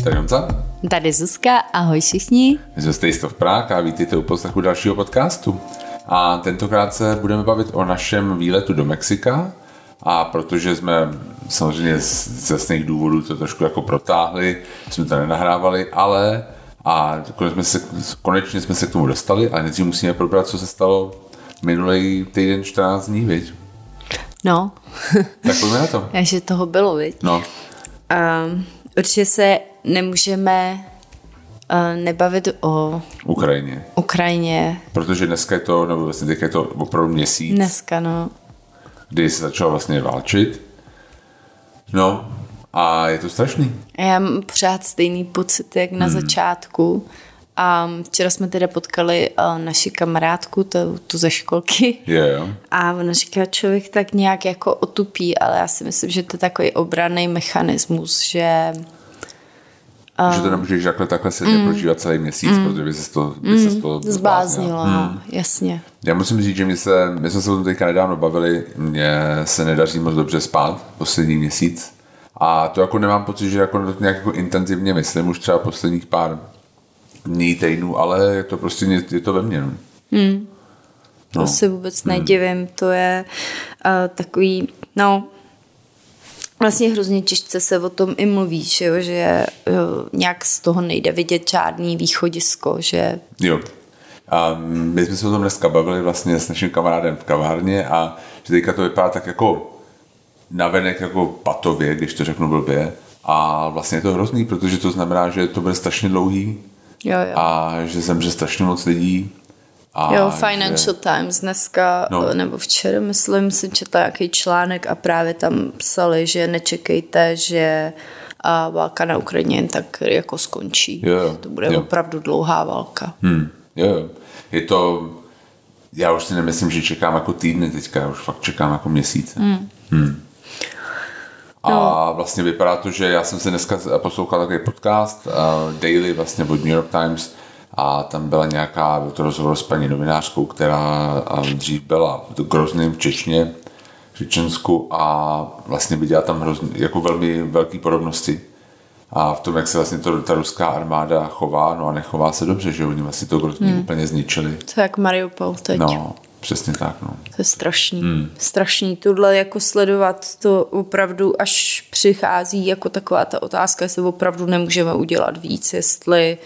Tady Honza. Tady Zuzka, ahoj všichni. My jsme z Taste of Prague a vítejte u poslechu dalšího podcastu. A tentokrát se budeme bavit o našem výletu do Mexika. A protože jsme samozřejmě z jasných důvodů to trošku jako protáhli, jsme to nenahrávali, ale konečně jsme se k tomu dostali a nejdřív musíme probrat, co se stalo minulý týden 14 dní, viď? No. Tak pojďme na to. Takže toho bylo, viď? No. Určitě se nemůžeme nebavit o Ukrajině. Protože dneska je to, nebo vlastně teď je to opravdu měsíc. Dneska, no. Kdy se začalo vlastně válčit. No a je to strašný. Já mám pořád stejný pocit, jak na začátku. A včera jsme teda potkali naši kamarádku, tu ze školky. Yeah. A ona říká, člověk tak nějak jako otupí, ale já si myslím, že to je takový obranný mechanismus, že to nemůžeš takhle se neprožívat celý měsíc, protože by se to zbláznilo. Jasně. Já musím říct, že my jsme se o tom teďka nedávno bavili, mně se nedaří moc dobře spát poslední měsíc a to jako nemám pocit, že jako nějak jako intenzivně myslím už třeba posledních pár dní, týdnů, ale je to prostě je to ve mně. No. To si vůbec nedivím, to je takový, vlastně hrozně těžce se o tom i mluví, že nějak z toho nejde vidět žádný východisko, že... Jo. A my jsme se o tom dneska bavili vlastně s naším kamarádem v kavárně a že teďka to vypadá tak jako navenek jako patově, když to řeknu blbě. A vlastně je to hrozný, protože to znamená, že to bude strašně dlouhý. Jo. A že zemře strašně moc lidí. A Financial Times dneska, nebo včera, myslím, jsem četla nějaký článek a právě tam psali, že nečekejte, že válka na Ukrajině jen tak jako skončí. To bude opravdu dlouhá válka. Jo. Je to, já už si nemyslím, že čekám jako týdny teďka, já už fakt čekám jako měsíce. A vlastně vypadá to, že já jsem se dneska poslouchal takový podcast Daily vlastně od New York Times a tam byl to rozhovor s paní novinářkou, která dřív byla v Grozném v Čečensku a vlastně viděla tam jako velmi velké podobnosti a v tom, jak se vlastně ta ruská armáda chová, a nechová se dobře, že oni vlastně to Grozný úplně zničili. To je jak Mariupol teď. No, přesně tak. No. To je strašný. Strašný. Tohle jako sledovat, to opravdu až přichází jako taková ta otázka, jestli opravdu nemůžeme udělat víc, jestli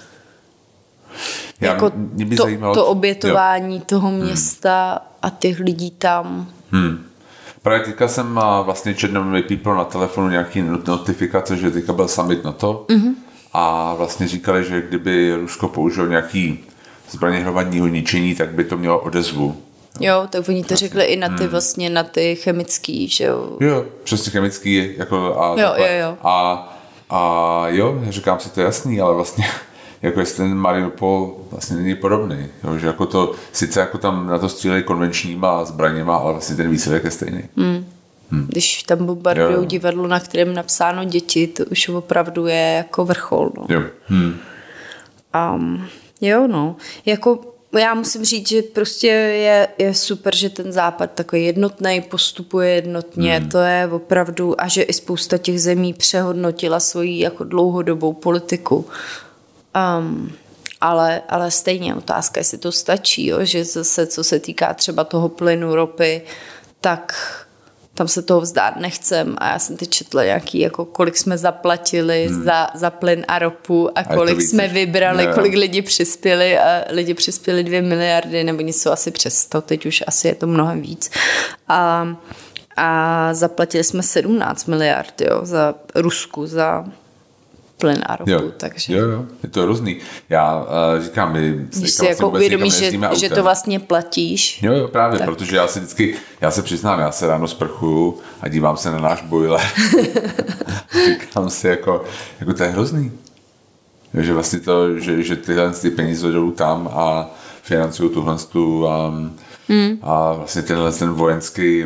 jako to obětování toho města a těch lidí tam. Právě teďka jsem vlastně četl People na telefonu nějaký notifikace, že teďka byl summit NATO a vlastně říkali, že kdyby Rusko použilo nějaký zbraně hromadného ničení, tak by to mělo odezvu. Jo, tak oni to řekli i na ty vlastně na ty chemický, že jo? Jo, přesně chemický jako a já říkám si to jasný, ale vlastně jako jestli ten Mariupol vlastně není podobný, jo, že jako to, sice jako tam na to střílejí konvenčníma zbraněma, ale vlastně ten výsledek je stejný. Když tam bombardujou divadlo, na kterém napsáno děti, to už opravdu je jako vrchol. No. Jo. Jako já musím říct, že prostě je super, že ten západ takový jednotný, postupuje jednotně, to je opravdu, a že i spousta těch zemí přehodnotila svoji jako dlouhodobou politiku. Ale stejně otázka, jestli to stačí, že zase, co se týká třeba toho plynu, ropy, tak tam se toho vzdát nechcem a já jsem teď četla nějaký, jako kolik jsme zaplatili za plyn a ropu a kolik jsme vybrali, kolik lidi přispěli a lidi přispěli 2 miliardy nebo něco asi přes 100, teď už asi je to mnohem víc. A zaplatili jsme 17 miliard za Rusku, za plyn a ropu, takže... Jo, je to hrozný. Já říkám, my když si jako uvědomíš, že to vlastně platíš. Jo, právě, tak. Protože já se přiznám, já se ráno sprchuju a dívám se na náš boiler. Říkám si, jako to je hrozný. Že vlastně to, že tyhle peníze jdou tam a financují a vlastně ten vojenský,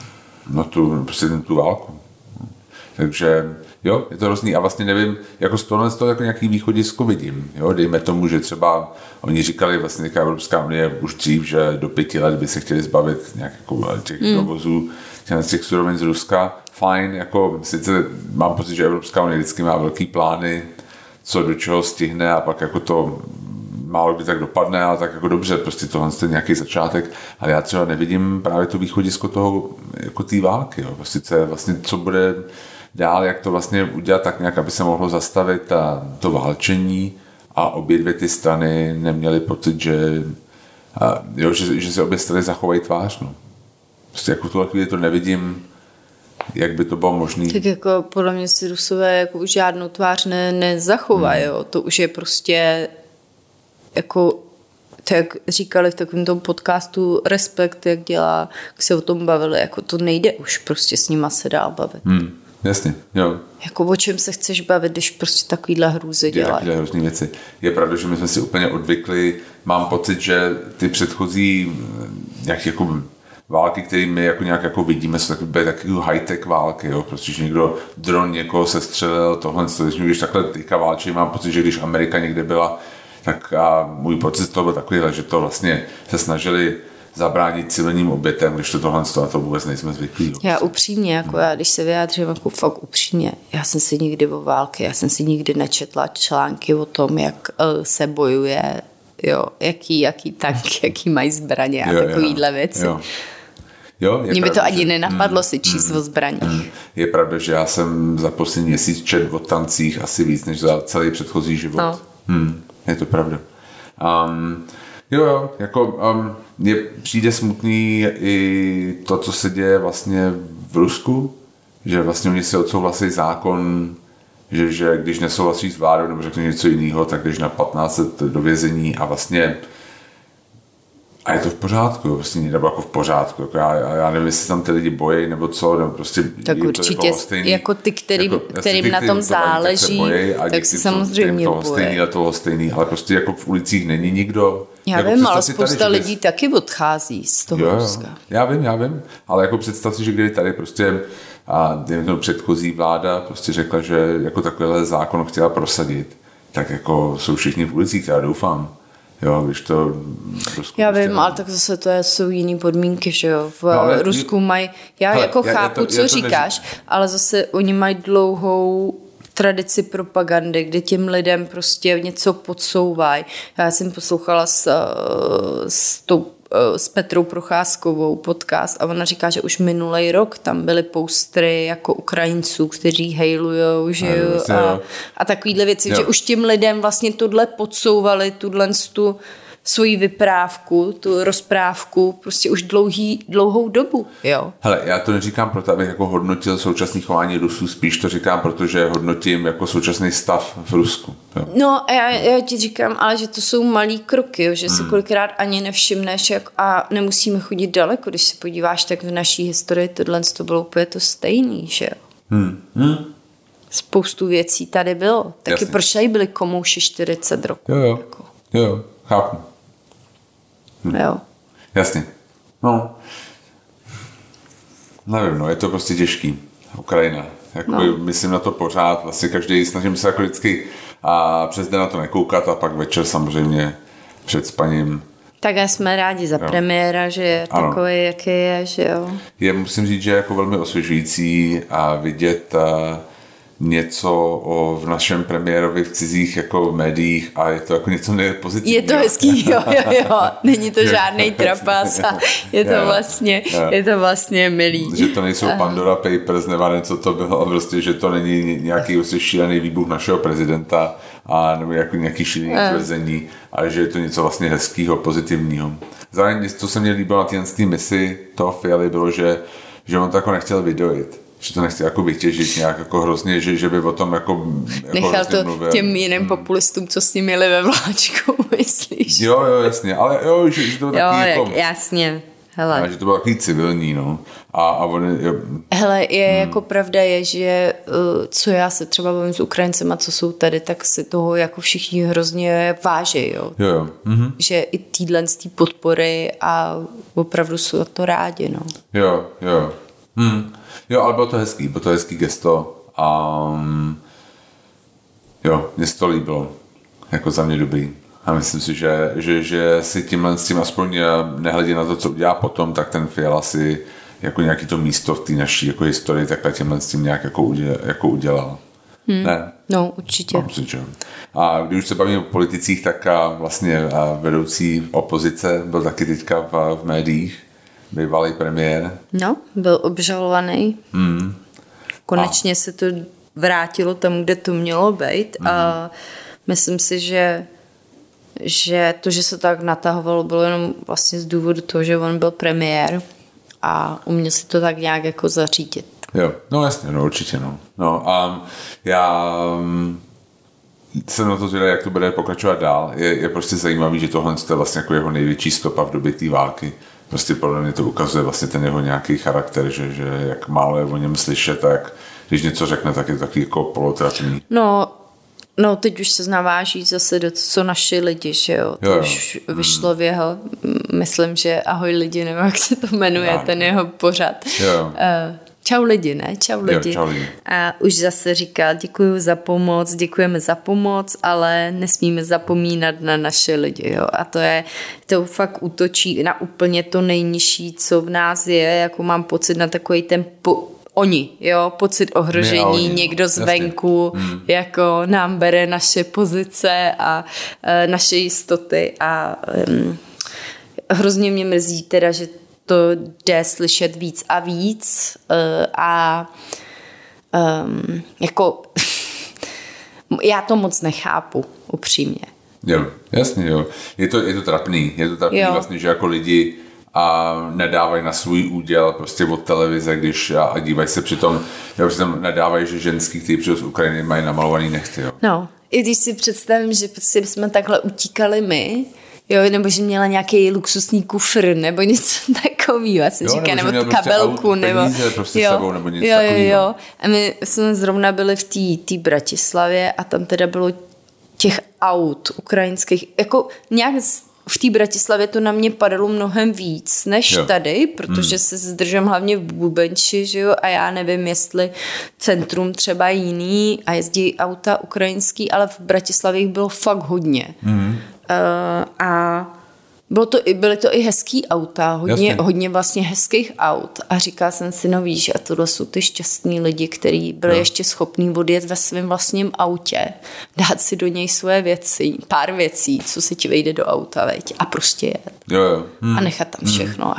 tu válku. Takže jo, je to hrozný a vlastně nevím, jako z toho jako nějaký východisko vidím. Jo? Dejme tomu, že třeba oni říkali vlastně nějaká Evropská unie už dřív, že do 5 let by se chtěli zbavit nějak jako těch dovozů těch surovin z Ruska. Fajn, jako sice mám pocit, že Evropská unie vždycky má velký plány co do čeho stihne a pak jako to málo kdy tak dopadne, ale tak jako dobře, prostě tohle je nějaký začátek, ale já třeba nevidím právě to východisko toho, jako té války, jo. Prostě co bude dál, jak to vlastně udělat tak nějak, aby se mohlo zastavit to válčení a obě dvě ty strany neměly pocit, že se obě strany zachovají tvář, no. Prostě jako v tuhle chvíli to nevidím, jak by to bylo možné. Tak jako podle mě si Rusové jako už žádnou tvář nezachovají, jo. To už je prostě jako, to jak říkali v takovém tom podcastu Respekt, jak se o tom bavili, jako to nejde už prostě s nima se dál bavit. Jasně, jo. Jako o čem se chceš bavit, když prostě takovýhle hrůzy dělají. Takovýhle hrůzný věci. Je pravda, že my jsme si úplně odvykli, mám pocit, že ty předchozí nějaké jako války, které my jako nějak jako vidíme, jsou takový high-tech války, jo. Prostě, že někdo dron někoho sestřelil, tohle, když takhle teďka válčí, mám pocit, že když Amerika někde byla, tak a můj pocit z toho byl takovýhle, že to vlastně se snažili zabránit civilním obětem, když tohle na to vůbec nejsme zvyklí. Já upřímně, jako já, když se vyjádřím, jako fakt upřímně, já jsem si nikdy o války, já jsem si nikdy nečetla články o tom, jak se bojuje, jo, jaký tanky, jaký mají zbraně a takovýhle věci. Mně by to ani nenapadlo si číst o zbraních. Je pravda, že já jsem za poslední měsíc četl o tancích asi víc, než za celý předchozí život. No. Je to pravda. Mně přijde smutný i to, co se děje vlastně v Rusku, že vlastně oni si odsouhlasí zákon, že když nesouhlasí s vládou nebo řekne něco jiného, tak jdeš na 15 let do vězení a vlastně a je to v pořádku, prostě nebo jako v pořádku. Jako já nevím, jestli tam ty lidi bojí nebo co, nebo prostě tak určitě jako ty, kterým na tom záleží, tak se samozřejmě bojí. Ale prostě jako v ulicích není nikdo. Já vím, ale spousta lidí taky odchází z toho Ruska. Já vím, ale jako představ si, že kdyby tady prostě a předchozí vláda prostě řekla, že jako takovýhle zákon chtěla prosadit, tak jako jsou všichni v ulicích, já doufám. Jo, když to Rusku já vím, ale tak zase to jsou jiný podmínky, že jo. V Rusku mají, chápu, co říkáš, ale zase oni mají dlouhou tradici propagandy, kde těm lidem prostě něco podsouvají. Já jsem poslouchala s Petrou Procházkovou podcast a ona říká, že už minulej rok tam byly postry jako Ukrajinců, kteří hejlujou, že jo, a takovýhle věci, že už těm lidem vlastně tohle podsouvali, tu svoji vyprávku, tu rozprávku prostě už dlouhou dobu, jo. Hele, já to neříkám proto, abych jako hodnotil současné chování Rusů, spíš to říkám, protože hodnotím jako současný stav v Rusku. Jo. No, já ti říkám, ale že to jsou malý kroky, jo, že si kolikrát ani nevšimneš a nemusíme chodit daleko, když se podíváš, tak v naší historii tohle to bylo úplně to stejný, že jo. Spoustu věcí tady bylo. Taky proč tady byli komouši 40 roků. Jo, chápu. Jo. Jasně. No. Nevím, no, je to prostě těžký. Ukrajina. Myslím na to pořád. Vlastně snažím se jako vždycky a přes den na to nekoukat a pak večer samozřejmě před spaním. Tak jsme rádi za premiéra, že je takový, jaký je, že jo. Musím říct, že je jako velmi osvěžující a vidět něco v našem premiérovi v cizích jako médiích a je to jako něco pozitivního. Je to hezký, jo. Není to žádnej trapas a je to vlastně milý. Že to nejsou Pandora Papers, nevím, co to bylo, prostě, že to není nějaký prostě šílený výbuch našeho prezidenta a nebo jako nějaký šílený tvrzení, ale že je to něco vlastně hezkýho, pozitivního. Zároveň, co se mně líbilo na té misi toho Fialy, bylo, že on to jako nechtěl vydojit. Že to nechci jako vytěžit nějak jako hrozně, že by o tom jako nechal to mluvil. Těm jiným populistům, co s ním měli ve vláčku, myslíš? Jo, jasně, ale že to bylo taky jako... jasně, hele. Že to bylo takový civilní, no. A on... Hele, jako pravda je, že co já se třeba bavím s Ukrajincema, co jsou tady, tak si toho jako všichni hrozně váží, jo. Že i týhle z té podpory a opravdu jsou to rádi, no. Jo. Jo, ale bylo to hezký gesto a mně se to líbilo, jako za mě dobrý. A myslím si, že si tímhle s tím aspoň nehledě na to, co udělá potom, tak ten Fiala si jako nějaký to místo v té naší jako historii takhle tímhle s tím nějak jako udělal. Ne? No, určitě. Mám pocit, že. A když už se bavíme o politicích, tak vlastně vedoucí opozice byl taky teďka v médiích, bývalý premiér. No, byl obžalovaný. Konečně se to vrátilo tam, kde to mělo být a myslím si, že to, že se tak natahovalo, bylo jenom vlastně z důvodu toho, že on byl premiér a uměl si to tak nějak jako zařídit. Jo, no jasně, no určitě, no. No a já jsem na to zvědavý, jak to bude pokračovat dál. Je prostě zajímavý, že tohle je vlastně jako jeho největší stopa v době té války. Prostě podle mě to ukazuje vlastně ten jeho nějaký charakter, že jak málo je o něm slyšet a jak když něco řekne, tak je to taky jako polotrapný. No, teď už se naváží zase do co naši lidi, že jo. To už vyšlo v jeho, myslím, že Ahoj lidi, nebo jak se to jmenuje, ten jeho pořad. Čau lidi, ne? Čau lidi. Jo, čau lidi. A už zase říká, děkujeme za pomoc, ale nesmíme zapomínat na naše lidi, jo. A to fakt útočí na úplně to nejnižší, co v nás je, jako mám pocit na takový ten oni, jo, pocit ohrožení, někdo zvenku, jako nám bere naše pozice a naše jistoty a hrozně mě mrzí teda, že to jde slyšet víc a víc a jako já to moc nechápu, upřímně. Jo, jasně, jo. Je to trapný. Vlastně, že jako lidi a nedávají na svůj úděl prostě od televize, když a dívají se přitom nedávají, že ženský, kteří přijde z Ukrajiny, mají namalovaný nechty, jo. No, i když si představím, že prostě jsme takhle utíkali my, jo, nebo že měla nějaký luxusní kufr, nebo něco takového, asi říká, nebo tu kabelku, nebo prostě sebou, nebo něco takového. Jo. A my jsme zrovna byli v té Bratislavě a tam teda bylo těch aut ukrajinských, jako nějak v té Bratislavě to na mě padalo mnohem víc než tady, protože se zdržím hlavně v Bubenči, že jo, a já nevím, jestli centrum třeba jiný a jezdí auta ukrajinský, ale v Bratislavě jich bylo fakt hodně. A byly to i hezký auta, hodně vlastně hezkých aut a říkala jsem si, no víš, a tohle jsou ty šťastní lidi, kteří byli ještě schopní odjet ve svém vlastním autě, dát si do něj svoje věci, pár věcí, co se ti vejde do auta, veď, a prostě jet. A nechat tam všechno.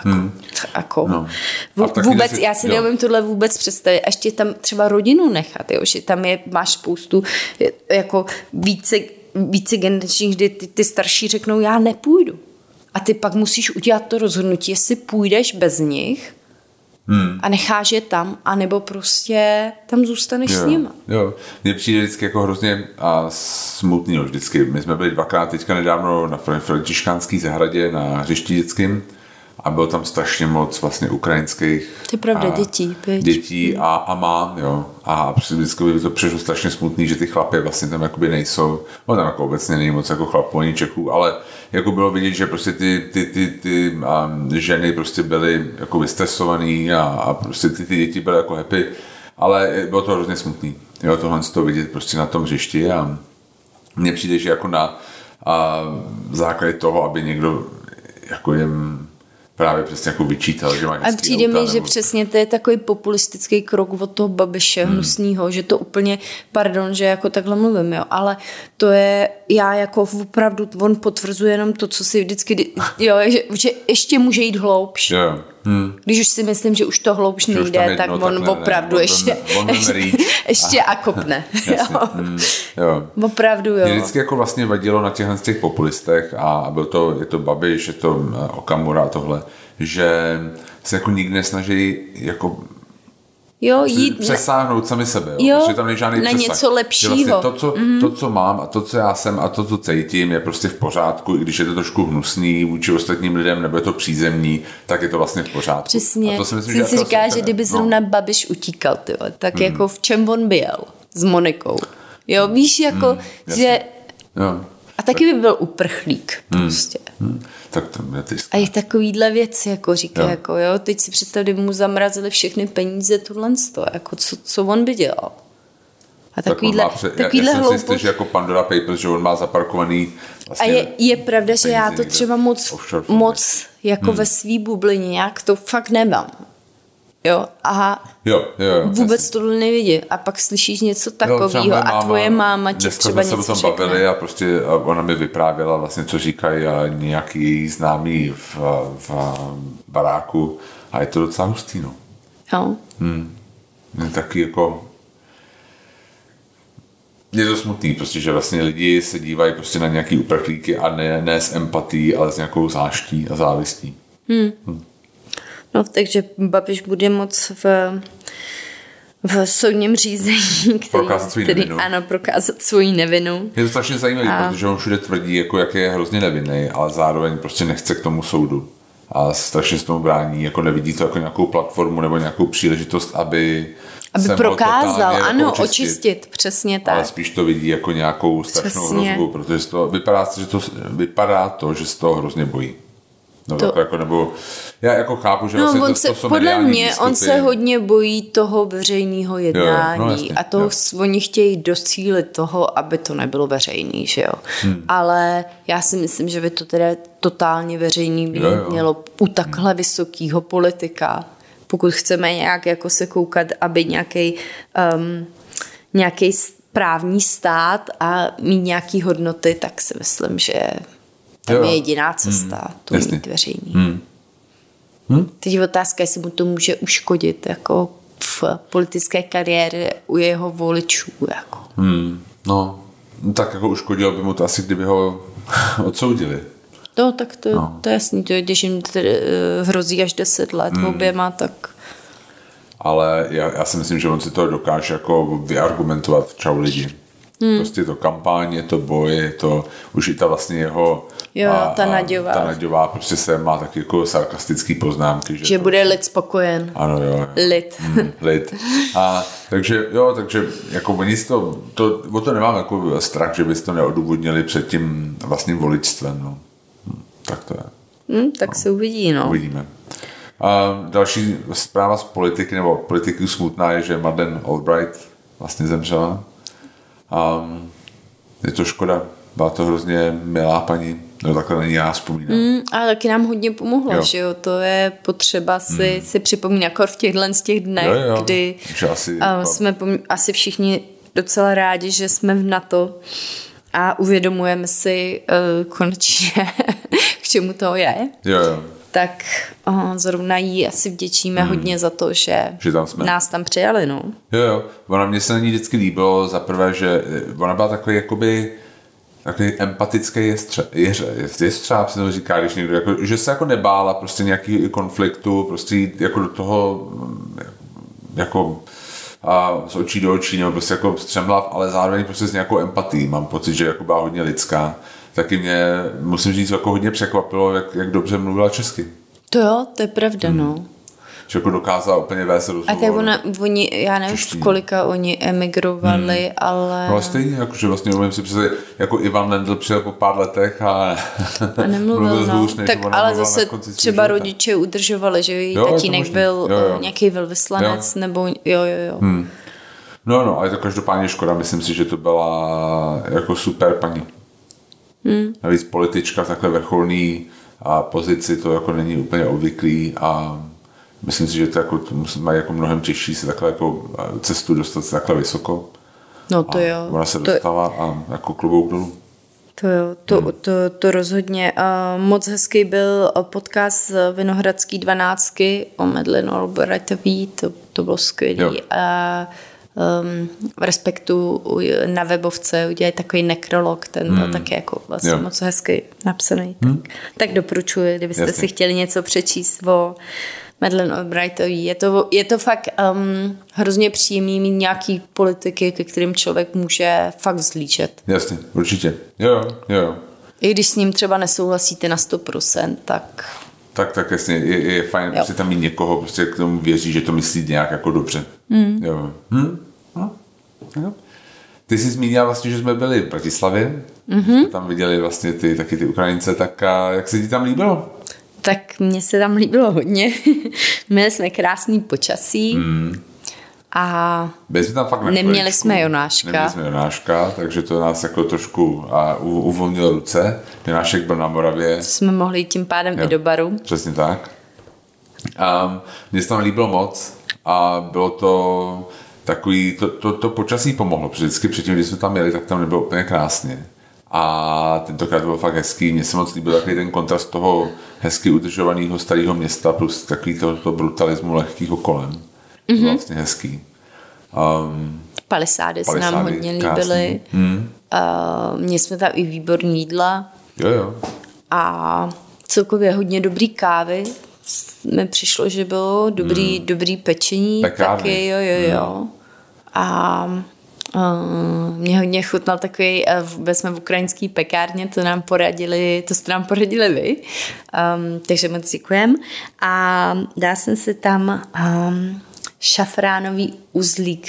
Vůbec, já si neumím tohle vůbec představit. A ještě tam třeba rodinu nechat, jo, že tam máš spoustu jako více generačních, kdy ty starší řeknou, já nepůjdu. A ty pak musíš udělat to rozhodnutí, jestli půjdeš bez nich a necháš je tam, anebo prostě tam zůstaneš s nima. Jo, mně přijde vždycky jako hrozně smutný vždycky. My jsme byli dvakrát teďka nedávno na Františkánský zahradě na hřišti dětským a bylo tam strašně moc vlastně ukrajinských to je pravda, dětí a mám, jo. A vždycky by to přišlo strašně smutný, že ty chlapy vlastně tam jakoby nejsou. No tam jako obecně není moc jako chlapů ani Čechů, ale jako bylo vidět, že prostě ty ženy prostě byly jako vystresovaný a prostě ty děti byly jako happy, ale bylo to hrozně smutný. Jo, tohle z toho vidět prostě na tom hřišti a mně přijde, že jako na základě toho, aby někdo jako jim právě přesně jako vyčítal, že mají a přijde mi, že přesně to je takový populistický krok od toho Babiše hnusnýho, že to úplně, pardon, že jako takhle mluvím, jo, ale to je, já jako opravdu, on potvrzuje jenom to, co si vždycky, jo, že ještě může jít hloubš. Jo. Když už si myslím, že už to hloubš nejde, tak on opravdu ještě a kopne. Jo. Opravdu, jo. Mě vždycky jako vlastně vadilo na těch populistech a je to Babiš, je to Okamura a tohle, že se jako nikdy nesnaží jako přesáhnout sami sebe. Jo? Protože tam není žádný přesah. Něco lepšího. Vlastně to, co mám a to, co já jsem a to, co cítím, je prostě v pořádku, i když je to trošku hnusný vůči ostatním lidem, nebo je to přízemní, tak je to vlastně v pořádku. Přesně. A to si myslím, si říká, že kdyby zrovna Babiš utíkal, tak jako v čem on byl s Monikou. Jo, víš, jako, že... Jo. A taky by byl uprchlík prostě. Tak tam je a je takovýhle věci, jako říká, jako jo, teď si představ, kdyby mu zamrazili všechny peníze, tohle jako co on by dělal. A takovýhle já jsem si jistý, že jako Pandora Papers, že on má zaparkovaný vlastně. A je pravda, že já to třeba moc jako ve svý bublině nějak to fakt nemám. Jo, a jo, vůbec to nevidí. A pak slyšíš něco takového a tvoje máma ti třeba něco se o tom bavili a prostě ona mi vyprávěla vlastně, co říkají nějaký její známý v baráku a je to docela hustý, no. Jo. Taky jako je to smutný, prostě, že vlastně lidi se dívají prostě na nějaký uprchlíky a ne s empatií, ale s nějakou záští a závistí. No, takže Babiš bude moc v soudním řízení, prokázat svoji nevinu. Je to strašně zajímavé, protože on všude tvrdí, jako jak je hrozně nevinný, ale zároveň prostě nechce k tomu soudu. A strašně s tomu brání, jako nevidí to jako nějakou platformu nebo nějakou příležitost, aby prokázal, ano, očistit, přesně tak. Ale spíš to vidí jako nějakou strašnou hrozbu, protože to vypadá to, že se toho hrozně bojí. No, to... jako, nebo já jako chápu, že vlastně to jsou podle mě výstupy. On se hodně bojí toho veřejného jednání a toho oni chtějí docílit toho, aby to nebylo veřejný, že jo. Ale já si myslím, že by to teda totálně veřejný mělo u takhle vysokého politika. Pokud chceme nějak jako se koukat, aby nějaký právní stát a mít nějaký hodnoty, tak si myslím, že tam je jediná cesta to mít veřejný. Teď je otázka, jestli mu to může uškodit jako v politické kariéře u jeho voličů. Jako. No, tak jako uškodilo by mu to asi, kdyby ho odsoudili. No, tak to je jasný, to je, když jim hrozí až 10 let oběma, tak... Ale já si myslím, že on si to dokáže jako vyargumentovat, čau lidi. Prostě to kampaň, je to boj, je to už i ta vlastně jeho ta Naďová prostě se má taky jako sarkastický poznámky. Že bude lid spokojen. Ano, jo. Lid. A takže jako oni si o to nemám jako strach, že byste to neodůvodnili před tím vlastním voličstvem, no. Tak to je. Tak se uvidí, no. Uvidíme. A další zpráva z politiky, nebo politiky smutná je, že Madeleine Albright vlastně zemřela. Je to škoda, byla to hrozně milá paní, no takhle na ní já vzpomínám. A taky nám hodně pomohla, že jo, to je potřeba si připomínat, jako v z těch dnech, kdy jsme asi všichni docela rádi, že jsme v NATO a uvědomujeme si konečně, k čemu to je. Tak zrovna jí asi vděčíme hodně za to, že nás tam přijali, no. Jo. Mně se na ní vždycky líbilo za prvé, že ona byla takový empatický jestřáb se to říká, když někdo, jako, že se jako nebála prostě nějaký konfliktu, prostě jít jako do toho jako z očí do očí, nebo prostě jako střemhlav, ale zároveň prostě s nějakou empatií. Mám pocit, že jako byla hodně lidská. Taky mě, musím říct, jako hodně překvapilo, jak dobře mluvila česky. To je pravda, no. Že jako dokázala úplně vést rozhovor. A tak oni, já nevím, v kolika oni emigrovali, ale... No ale stejně, jakože vlastně umím si představit, jako Ivan Lendl přijel po pár letech a nemluvil, hůř, tak ale zase třeba rodiče udržovali, že její tatínek byl nějaký velvyslanec, nebo jo. No, ale to každopádně škoda, myslím si, že to byla jako super paní. Navíc politička v takhle vrcholný pozici, to jako není úplně obvyklý a myslím si, že to jako, mají jako mnohem těžší si takhle jako cestu dostat se takhle vysoko. No to jo. Ona se dostala a jako klobouk dolů. To jo, to rozhodně. Moc hezký byl podcast Vinohradský 12 o Madeleine Albrightový, to bylo skvělý. V Respektu na webovce udělají takový nekrolog, ten byl taky jako vlastně moc hezky napsaný. Tak doporučuji, kdybyste si chtěli něco přečíst o Madeleine Albrightový. Je to fakt hrozně příjemný mít nějaký politiky, ke kterým člověk může fakt vzlížet. Jasně, určitě. Jo. I když s ním třeba nesouhlasíte na 100%, tak... Tak jasně, je fajn prostě tam mít někoho, prostě k tomu věří, že to myslí nějak jako dobře. Jo. Ty jsi zmínila vlastně, že jsme byli v Bratislavě, jsme tam viděli vlastně taky ty Ukrajince, tak jak se ti tam líbilo? Tak mně se tam líbilo hodně. Měli jsme krásný počasí a neměli jsme Jonáška, takže to nás jako trošku uvolnilo ruce. Jonášek byl na Moravě. Jsme mohli tím pádem i do baru. Přesně tak. Mně se tam líbilo moc a bylo to takový, to počasí pomohlo, protože vždycky předtím, když jsme tam jeli, tak tam nebylo úplně krásně. A tentokrát bylo fakt hezký. Mně se moc líbil takový ten kontrast toho hezky udržovaného starého města plus takový to brutalismu lehkýho kolem. To bylo vlastně hezký. Palisády se nám hodně líbily. Měli jsme tam i výborný jídla. Jo. A celkově hodně dobrý kávy. Mi přišlo, že bylo dobrý pečení. Pekárny. Taky, jo. A mě hodně chutnal takový, vůbec jsme v ukrajinský pekárně, to jste nám poradili vy, takže moc děkujem. A dala jsem si tam šafránový uzlík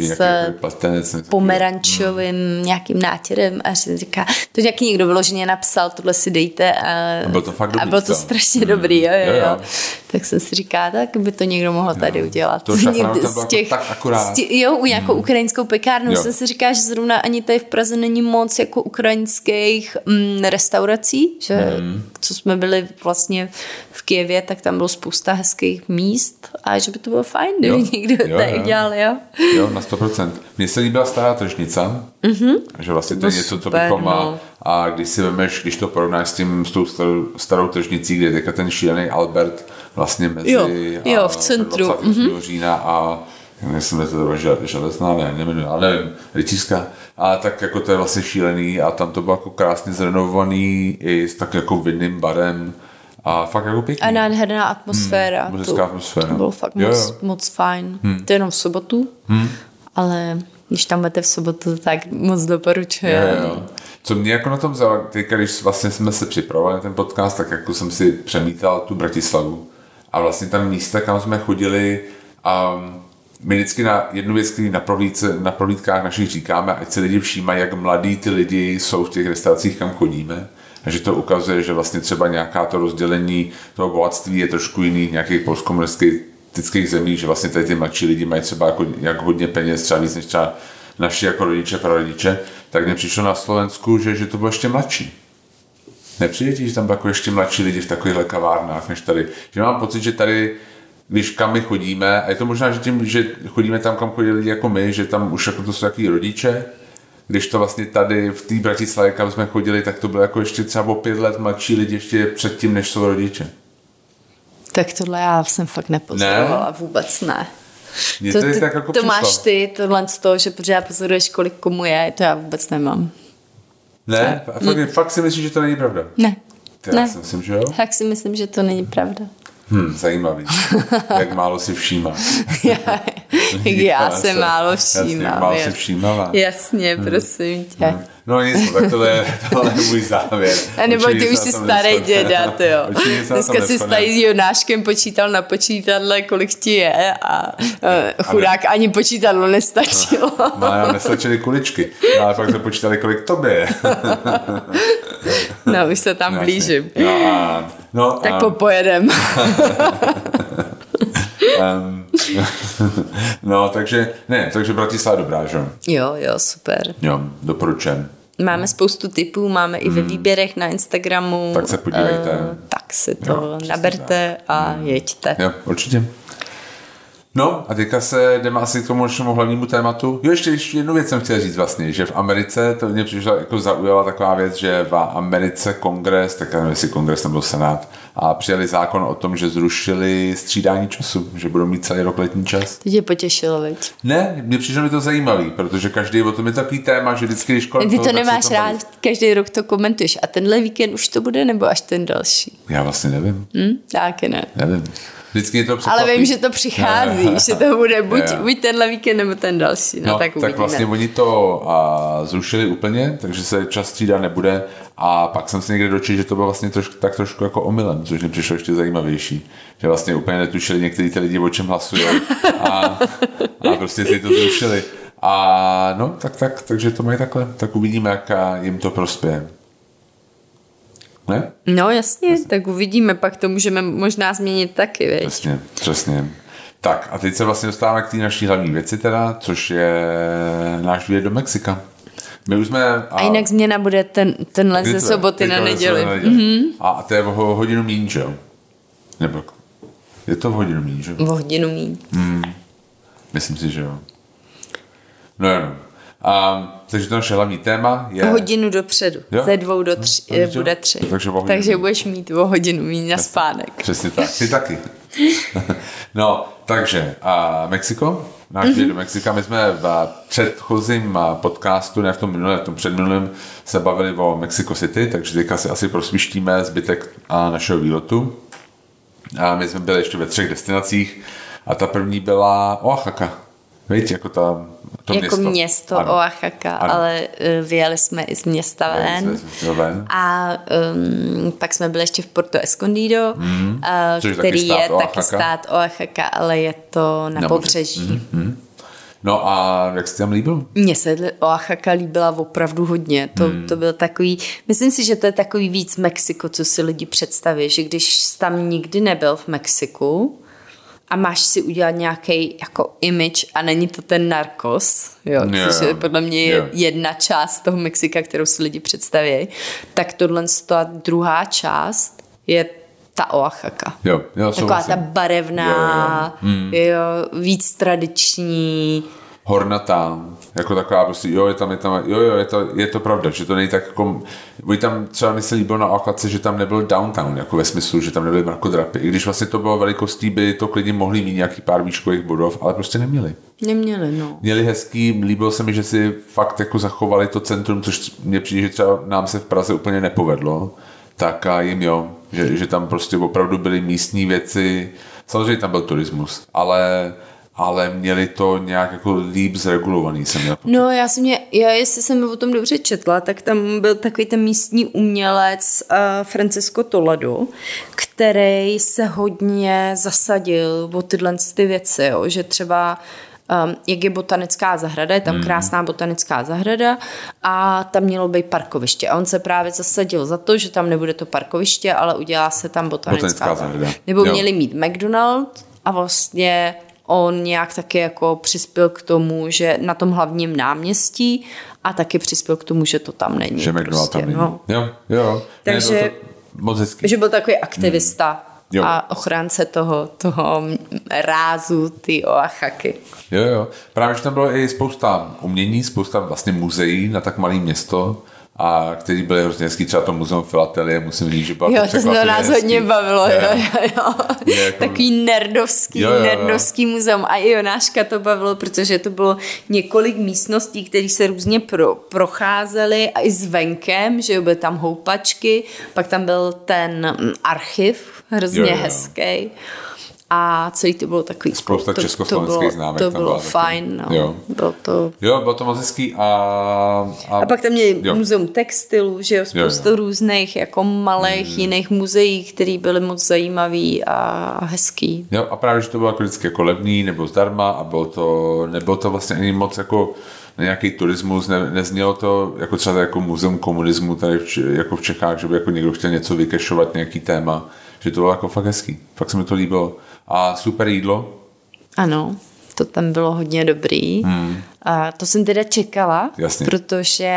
s pomerančovým nějakým nátěrem a říká, to nějaký někdo vyloženě napsal, tohle si dejte a bylo to fakt dobrý. A bylo to strašně dobrý, jo. Tak jsem si říkala, tak by to někdo mohl tady udělat. To šafránové tam bylo tak akurát. U nějakou ukrajinskou pekárnu jsem si říkala, že zrovna ani tady v Praze není moc jako ukrajinských restaurací, že co jsme byli vlastně v Kyjevě, tak tam bylo spousta hezkých míst a že by to bylo fajn, kdyby někdo tady udělal, jo. Jo, na 100%. Mně se líbila stará tržnice, že vlastně to je něco, co bychom má. A když si vemeš, když to porovnáš s tou starou tržnicí, kde je teďka ten šílený Albert vlastně mezi v centru. 28. října a nejsem to železná, nevím, rytířská. A tak jako to je vlastně šílený a tam to bylo jako krásně zrenovovaný i s tak jako vinným barem. A fakt jako pěkný. A nádherná atmosféra. Atmosféra. To bylo fakt moc fajn. To je jenom v sobotu, ale když tam budete v sobotu, tak moc doporučuji. Jo. Co mě jako na tom vzalo, teďka, když vlastně jsme se připravovali na ten podcast, tak jako jsem si přemítal tu Bratislavu a vlastně tam místa, kam jsme chodili a my vždycky na jednu věc, který na prohlídkách našich říkáme, ať se lidi všímají, jak mladí ty lidi jsou v těch restauracích, kam chodíme. A že to ukazuje, že vlastně třeba nějaká to rozdělení toho bohatství je trošku jiný v nějakých postkomunistických zemích, že vlastně tady ty mladší lidi mají třeba jako hodně peněz, třeba víc než třeba naši jako rodiče, prarodiče, tak mně přišlo na Slovensku, že to bylo ještě mladší. Nepřijde ti, že tam bylo jako ještě mladší lidi v takovýchhle kavárnách než tady. Že mám pocit, že tady, když kam my chodíme, a je to možná, že tím, že chodíme tam, kam chodí lidi jako my, že tam už jako to jsou takový rodiče, když to vlastně tady v té Bratislavě, kam jsme chodili, tak to bylo jako ještě třeba o 5 let mladší lidi ještě předtím, než jsou rodiče. Tak tohle já jsem fakt nepozorovala, vůbec ne. To máš ty, tohle z toho, že protože já pozoruješ, kolik komu je, to já vůbec nemám. Ne? Fakt si myslíš, že to není pravda? Ne. Já si myslím, že jo? Tak si myslím, že to není pravda. Zajímavý. Jak málo si všímáš. Já se málo všímám. Si všímala. Jasně, prosím tě. No nic, tak tohle je můj závěr. A nebo ty už jsi starý děda, jo. Dneska si s Jonáškem počítal na počítadle, kolik ti je a chudák ani počítadlo nestačilo. No, nestačily kuličky, ale pak jsme počítali, kolik tobě je. No, už se tam blížím. Tak popojedem. takže Bratislava dobrá, že? Jo, super. Jo, doporučujem. Máme spoustu tipů, máme i ve výběrech na Instagramu. Tak se podívejte. Tak si to naberte a jeďte. Jo, určitě. No a teďka se jdeme asi k tomu našemu hlavnímu tématu. Jo, ještě jednu věc jsem chtěl říct vlastně, že v Americe, to mě přišlo jako zaujala taková věc, že v Americe kongres, tak nevím, jestli kongres nebo senát, a přijali zákon o tom, že zrušili střídání času, že budou mít celý rok letní čas. To tě potěšilo, viď? Ne, mě přišlo mi to zajímavý, protože každý o tom je takový téma, že vždycky, když kolem ty to nemáš rád, každý rok to komentuješ. A tenhle víkend už to bude, nebo až ten další? Já vlastně nevím. Taky ne. Nevím. Vždycky to překvapí. Ale vím, že to přichází, že to bude buď tenhle víkend, nebo ten další. No, tak uvidíme. Tak vlastně oni to zrušili úplně, takže se čas střídat nebude a pak jsem se někde dočetl, že to bylo vlastně trošku jako omylem, což mi přišlo ještě zajímavější. Že vlastně úplně netušili některý ty lidi, o čem hlasují a prostě si to zrušili. A no, takže to mají takhle. Tak uvidíme, jak jim to prospěje. Ne? No jasně, tak uvidíme, pak to můžeme možná změnit taky, viď? Přesně. Tak a teď se vlastně dostáváme k té naší hlavní věci teda, což je náš výlet do Mexika. My už jsme... A jinak změna bude tenhle ze soboty na neděli. A to je o hodinu míň, že jo? Nebo Je to v hodinu míň, že? V hodinu míň. Myslím si, že jo. No jenom. Takže to naše hlavní téma je... Hodinu dopředu. Jo? Ze 2 do 3 bude 3. Takže budeš mít o hodinu míň na spánek. Přesně tak. Ty taky. No, takže Mexiko. Náš do Mexika. My jsme v předchozím podcastu, ne v tom minulém, v tom předminulém, se bavili o Mexico City, takže teďka si asi prosvištíme zbytek našeho výletu. A my jsme byli ještě ve 3 destinacích a ta první byla Oaxaca. Víte, jako to jako město Oaxaca, ale vyjeli jsme i z města ven. A pak jsme byli ještě v Puerto Escondido, který je taky stát Oaxaca, ale je to na pobřeží. No a jak se tam líbil? Mně se Oaxaca líbila opravdu hodně. To byl takový, myslím si, že to je takový víc Mexiko, co si lidi představí, že když tam nikdy nebyl v Mexiku, a máš si udělat nějaký jako image a není to ten Narcos, jo, což je podle mě jedna část toho Mexika, kterou si lidi představí, tak tohle ta druhá část je ta Oaxaca. Taková ta barevná, víc tradiční, hornatá, jako taková prostě, je to pravda, že to není tak jako, tam třeba mi se líbilo na Oaxace, že tam nebyl downtown, jako ve smyslu, že tam nebyly mrakodrapy, i když vlastně to bylo velikostí, by to klidně mohli mít nějaký pár výškových budov, ale prostě neměli. No. Měli hezký, líbilo se mi, že si fakt jako zachovali to centrum, což mně přijde, že třeba nám se v Praze úplně nepovedlo, tak a jim že tam prostě opravdu byly místní věci, samozřejmě tam byl turismus, ale měli to nějak jako líp zregulovaný. No já jestli jsem o tom dobře četla, tak tam byl takový ten místní umělec Francisco Toledo, který se hodně zasadil o tyhle ty věci, jo? Že třeba jak je botanická zahrada, je tam krásná botanická zahrada a tam mělo být parkoviště. A on se právě zasadil za to, že tam nebude to parkoviště, ale udělá se tam botanická zahrada. Nebo měli mít McDonald's a vlastně on nějak taky jako přispěl k tomu, že na tom hlavním náměstí a taky přispěl k tomu, že to tam není. Že McDonald's tam není. Jo. Takže, moc hezký. Že byl takový aktivista a ochránce toho rázu, ty Oaxaky. Jo. Právě, že tam bylo i spousta umění, spousta vlastně muzeí na tak malé město, a který byly hrozně hezký, třeba to muzeum Filatelie, musím říct, že bylo to nás hodně bavilo, jo. Takový nerdovský muzeum a i Jonáška to bavilo, protože to bylo několik místností, které se různě procházely a i zvenkem, že byly tam houpačky, pak tam byl ten archiv, hrozně hezký. A celý to bylo takový... Spousta československých známek. To bylo fajn. No. Bylo to moc hezký. A pak tam měli muzeum textilu, že jo, spousta různých jako malých jiných muzeí, které byly moc zajímavý a hezký. Jo, a právě, že to bylo jako vždycky jako levný nebo zdarma a nebylo to vlastně ani moc jako nějaký turismus, neznělo to jako třeba jako muzeum komunismu tady jako v Čechách, že by jako někdo chtěl něco vykešovat, nějaký téma, že to bylo jako fakt hezký. Fakt se mi to líbilo. A super jídlo. Ano, to tam bylo hodně dobrý. A to jsem teda čekala, protože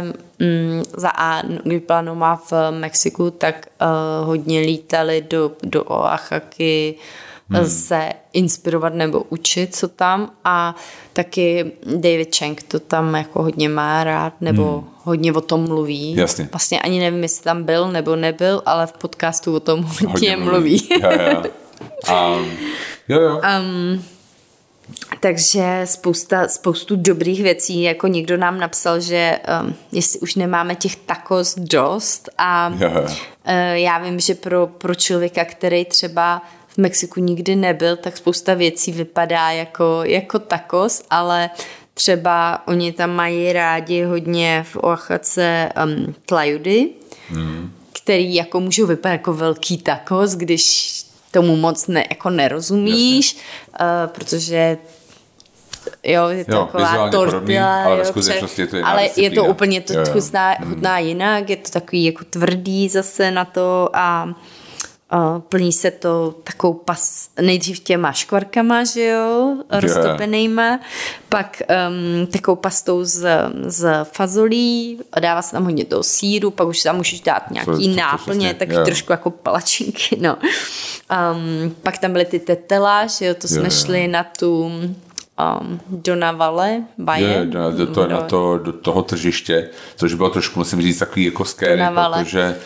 když byla Noma v Mexiku, tak hodně lítali do Oaxaky se inspirovat nebo učit, co tam. A taky David Chang to tam jako hodně má rád, nebo hodně o tom mluví. Jasně. Vlastně ani nevím, jestli tam byl nebo nebyl, ale v podcastu o tom hodně mluví. Jo. Takže spoustu dobrých věcí, jako někdo nám napsal, že jestli už nemáme těch tacos dost a já vím, že pro člověka, který třeba v Mexiku nikdy nebyl, tak spousta věcí vypadá jako tacos, ale třeba oni tam mají rádi hodně v Oaxace tlayudy, který jako můžou vypadat jako velký tacos, když tomu moc nerozumíš, protože je to taková tortilla, ale ve skutečnosti je to jiná ale je to úplně chutná jinak, je to takový jako tvrdý zase na to a Plní se to takovou nejdřív těma škvarkama, že jo, roztopenýma, pak takovou pastou z fazolí, dává se tam hodně toho sýru, pak už tam můžeš dát nějaký náplně, taky trošku jako palačinky, no. Pak tam byly ty tetela, že jo, to jsme šli na tu do Navalle, do toho tržiště, což bylo trošku, musím říct, takový jako scary, protože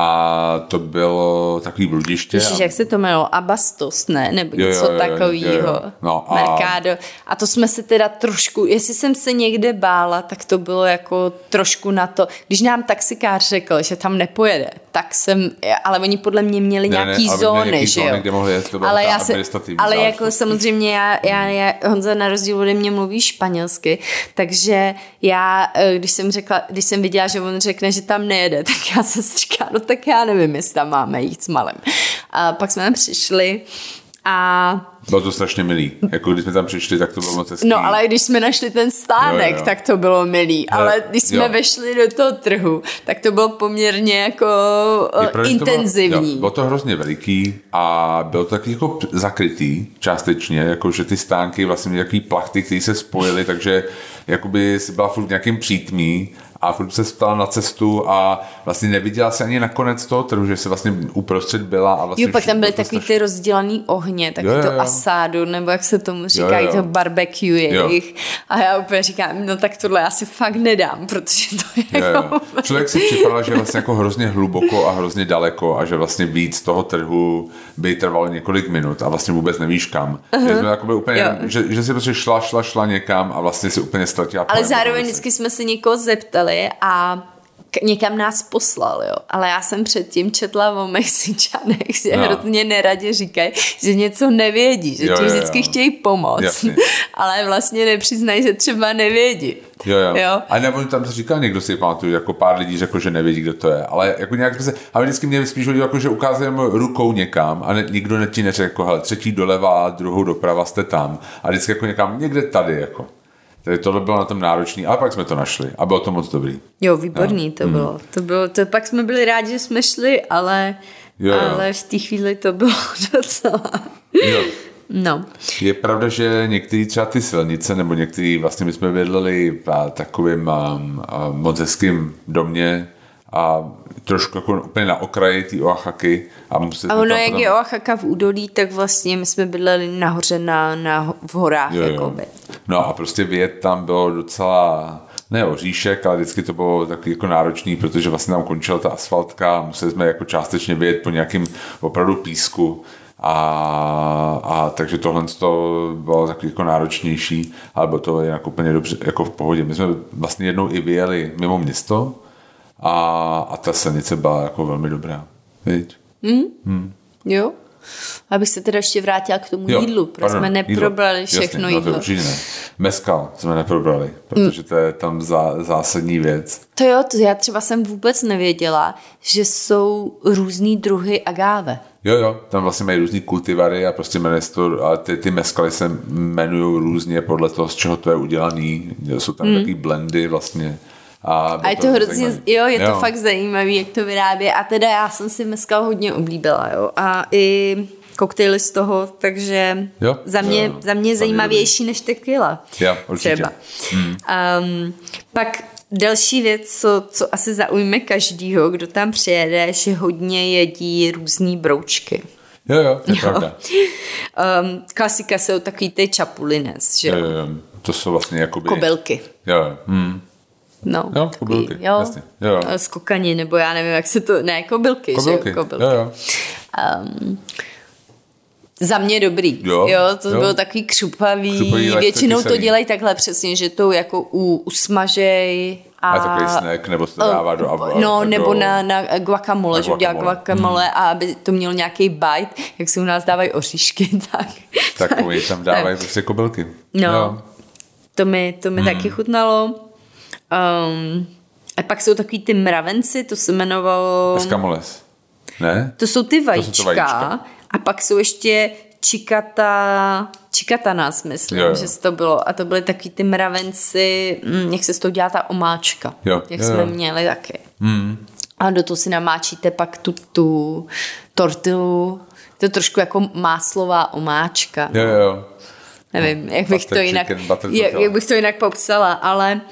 a to bylo takový bludiště. Víš, jak se to jmenovalo? Abastos, ne? Nebo něco takového. No, Mercado. A to jsme se teda trošku, jestli jsem se někde bála, tak to bylo jako trošku na to, když nám taxikář řekl, že tam nepojede, tak jsem, ale oni podle mě měli nějaký zóny, že jo? Kde mohli jet, to ale jako samozřejmě já Honza na rozdíl ode mě mluví španělsky, takže já, když jsem viděla, že on řekne, že tam nejede, tak já se říkám, no tak já nevím, jestli tam máme jít s malem. A pak jsme tam přišli a... Bylo to strašně milý. Jako když jsme tam přišli, tak to bylo moc hezký. No ale když jsme našli ten stánek, tak to bylo milý. Ale když jsme vešli do toho trhu, tak to bylo poměrně jako intenzivní. Bylo to hrozně veliký a bylo to taky jako zakrytý částečně, jako že ty stánky vlastně měly takový plachty, které se spojily, takže jakoby byla furt v nějakým přítmí a furt se stala na cestu a vlastně neviděla se ani nakonec toho trhu, že se vlastně uprostřed byla a vlastně... Jo, pak tam byly takový ty rozdělaný ohně, taky to asádu, nebo jak se tomu říkají, to barbecue jejich. A já úplně říkám, no tak tohle já si fakt nedám, protože to je jako... Člověk si připadal, že je vlastně jako hrozně hluboko a hrozně daleko a že vlastně víc toho trhu by trvalo několik minut a vlastně vůbec nevíš kam. Že jsme jakoby úplně, že si prostě šla někam a vlastně si úplně ztratila. Ale zároveň vždycky jsme se někoho zeptali a někam nás poslal, jo. Ale já jsem předtím četla o Mexičanech, že hrozně neradě říkají, že něco nevědí, že ti vždycky chtějí pomoct, ale vlastně nepřiznají, že třeba nevědí. Jo. A nebo tam se říká, někdo si pamatuje, jako pár lidí řekl, že nevědí, kdo to je, ale jako nějak jsme se, ale vždycky mě spíš hodilo, jako, že ukázali rukou někam a nikdo ti neřekl, jako, hele, třetí doleva, druhou doprava, jste tam a vždycky jako někam, někde tady, jako. Takže tohle bylo na tom náročný, ale pak jsme to našli a bylo to moc dobrý. Jo, výborný to bylo. To pak jsme byli rádi, že jsme šli, ale v té chvíli to bylo docela... No. Je pravda, že některé třeba ty silnice, nebo některé vlastně my jsme bydleli v takovém moc hezkým domě a trošku jako úplně na okraji té Oaxaky. A ono, jak je Oaxaca v údolí, tak vlastně my jsme bydleli nahoře v horách. Jakoby. No a prostě vyjet tam bylo docela, ne oříšek, ale vždycky to bylo takový jako náročný, protože vlastně tam končila ta asfaltka a museli jsme jako částečně vyjet po nějakým opravdu písku. A takže tohle to bylo takový jako náročnější, ale bylo to jako úplně dobře, jako v pohodě. My jsme vlastně jednou i vyjeli mimo město a ta silnice byla jako velmi dobrá. Víš? Jo. Abych se teda ještě vrátila k tomu jídlu, protože jsme neprobrali všechno jídlo. No to určitě ne. Mezcal jsme neprobrali, protože to je tam zásadní věc. To jo, já třeba jsem vůbec nevěděla, že jsou různý druhy agáve. Jo, tam vlastně mají různý kultivary a prostě jmenuje se to, a ty mezcaly se jmenují různě podle toho, z čeho to je udělaný. Jsou tam takový blendy vlastně. A je to hrozně, je to fakt zajímavý, jak to vyrábí. A teda já jsem si mezcal hodně oblíbila, jo. A i koktejly z toho, takže za mě zajímavější než tequila. Jo, určitě. Třeba. Pak další věc, co asi zaujme každýho, kdo tam přijede, že hodně jedí různý broučky. Jo, to je pravda. Klasika jsou takový ty chapulines, že jo? To jsou vlastně jakoby... Kobylky. Jo. No, kobylky, jasně. Skokani, nebo já nevím, jak se to... Ne, kobylky. Že? Kobylky. Jo. Za mě dobrý. Jo, to bylo takový křupavý. Většinou to dělají takhle přesně, že to jako usmažej a takový snack, nebo se to dává do nebo na guacamole, že udělá guacamole a aby to mělo nějaký bite, jak se u nás dávají oříšky, tak oni tam dávají prostě kobylky. No. To mi taky chutnalo. A pak jsou takový ty mravenci, to se jmenovalo... Escamoles. Ne? To jsou ty vajíčka. A pak jsou ještě čikatanas, myslím, že to bylo. A to byly taky ty mravenci, jak se z toho dělá ta omáčka. Jsme měli taky. A do toho si namáčíte pak to tortilu, to je trošku jako máslová omáčka. Jo. Nevím, jak bych to jinak popsala, ale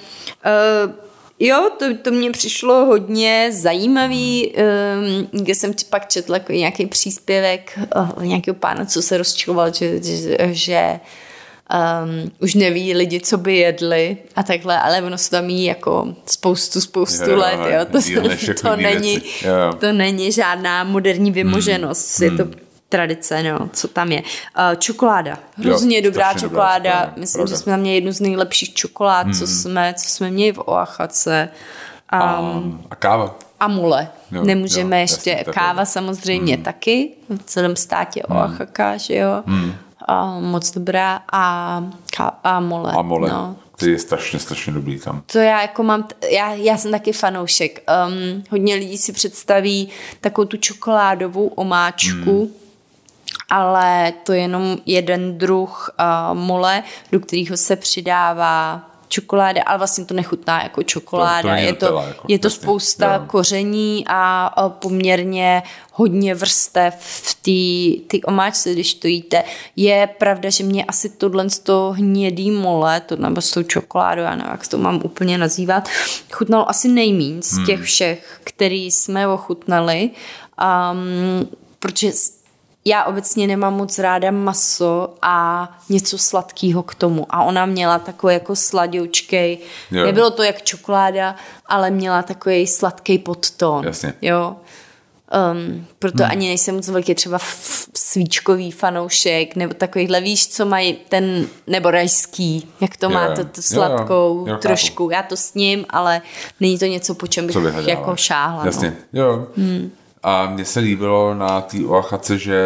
jo, to mně přišlo hodně zajímavý, kde jsem pak četla jako nějaký příspěvek nějakého pána, co se rozčiloval, že už neví lidi, co by jedli a takhle, ale ono se tam jí jako spoustu let, jo. To není žádná moderní vymoženost, je to tradice, no, co tam je. Čokoláda, hrozně dobrá čokoláda, myslím, že jsme tam měli jednu z nejlepších čokolád, co jsme měli v Oaxace. A káva. A mule. Nemůžeme ještě, káva samozřejmě taky, v celém státě Oaxaca, že jo. Moc dobrá a mole. A mole, no. Který je strašně dobrý tam. To já jako mám, já jsem taky fanoušek. Hodně lidí si představí takovou tu čokoládovou omáčku, ale to je jenom jeden druh mole, do kterého se přidává čokoláda, ale vlastně to nechutná jako čokoláda. Je to spousta koření a poměrně hodně vrstev v té omáčce, když to jíte. Je pravda, že mě asi tohle z toho hnědý mole, nebo s tou čokoládou, já nevím, jak to mám úplně nazývat, chutnalo asi nejmíň z těch všech, který jsme ochutnali, protože já obecně nemám moc ráda maso a něco sladkého k tomu. A ona měla takový jako sladoučkej. Nebylo to jak čokoláda, ale měla takový sladký podtón. Jasně. Jo. Proto ani nejsem moc velký třeba svíčkový fanoušek, nebo takovýhle, víš, co mají ten, nebo rajský, jak to má, tu sladkou trošku. Já to sním, ale není to něco, po čem bych jako šáhla. Jasně, jo. A mně se líbilo na té Oaxace, že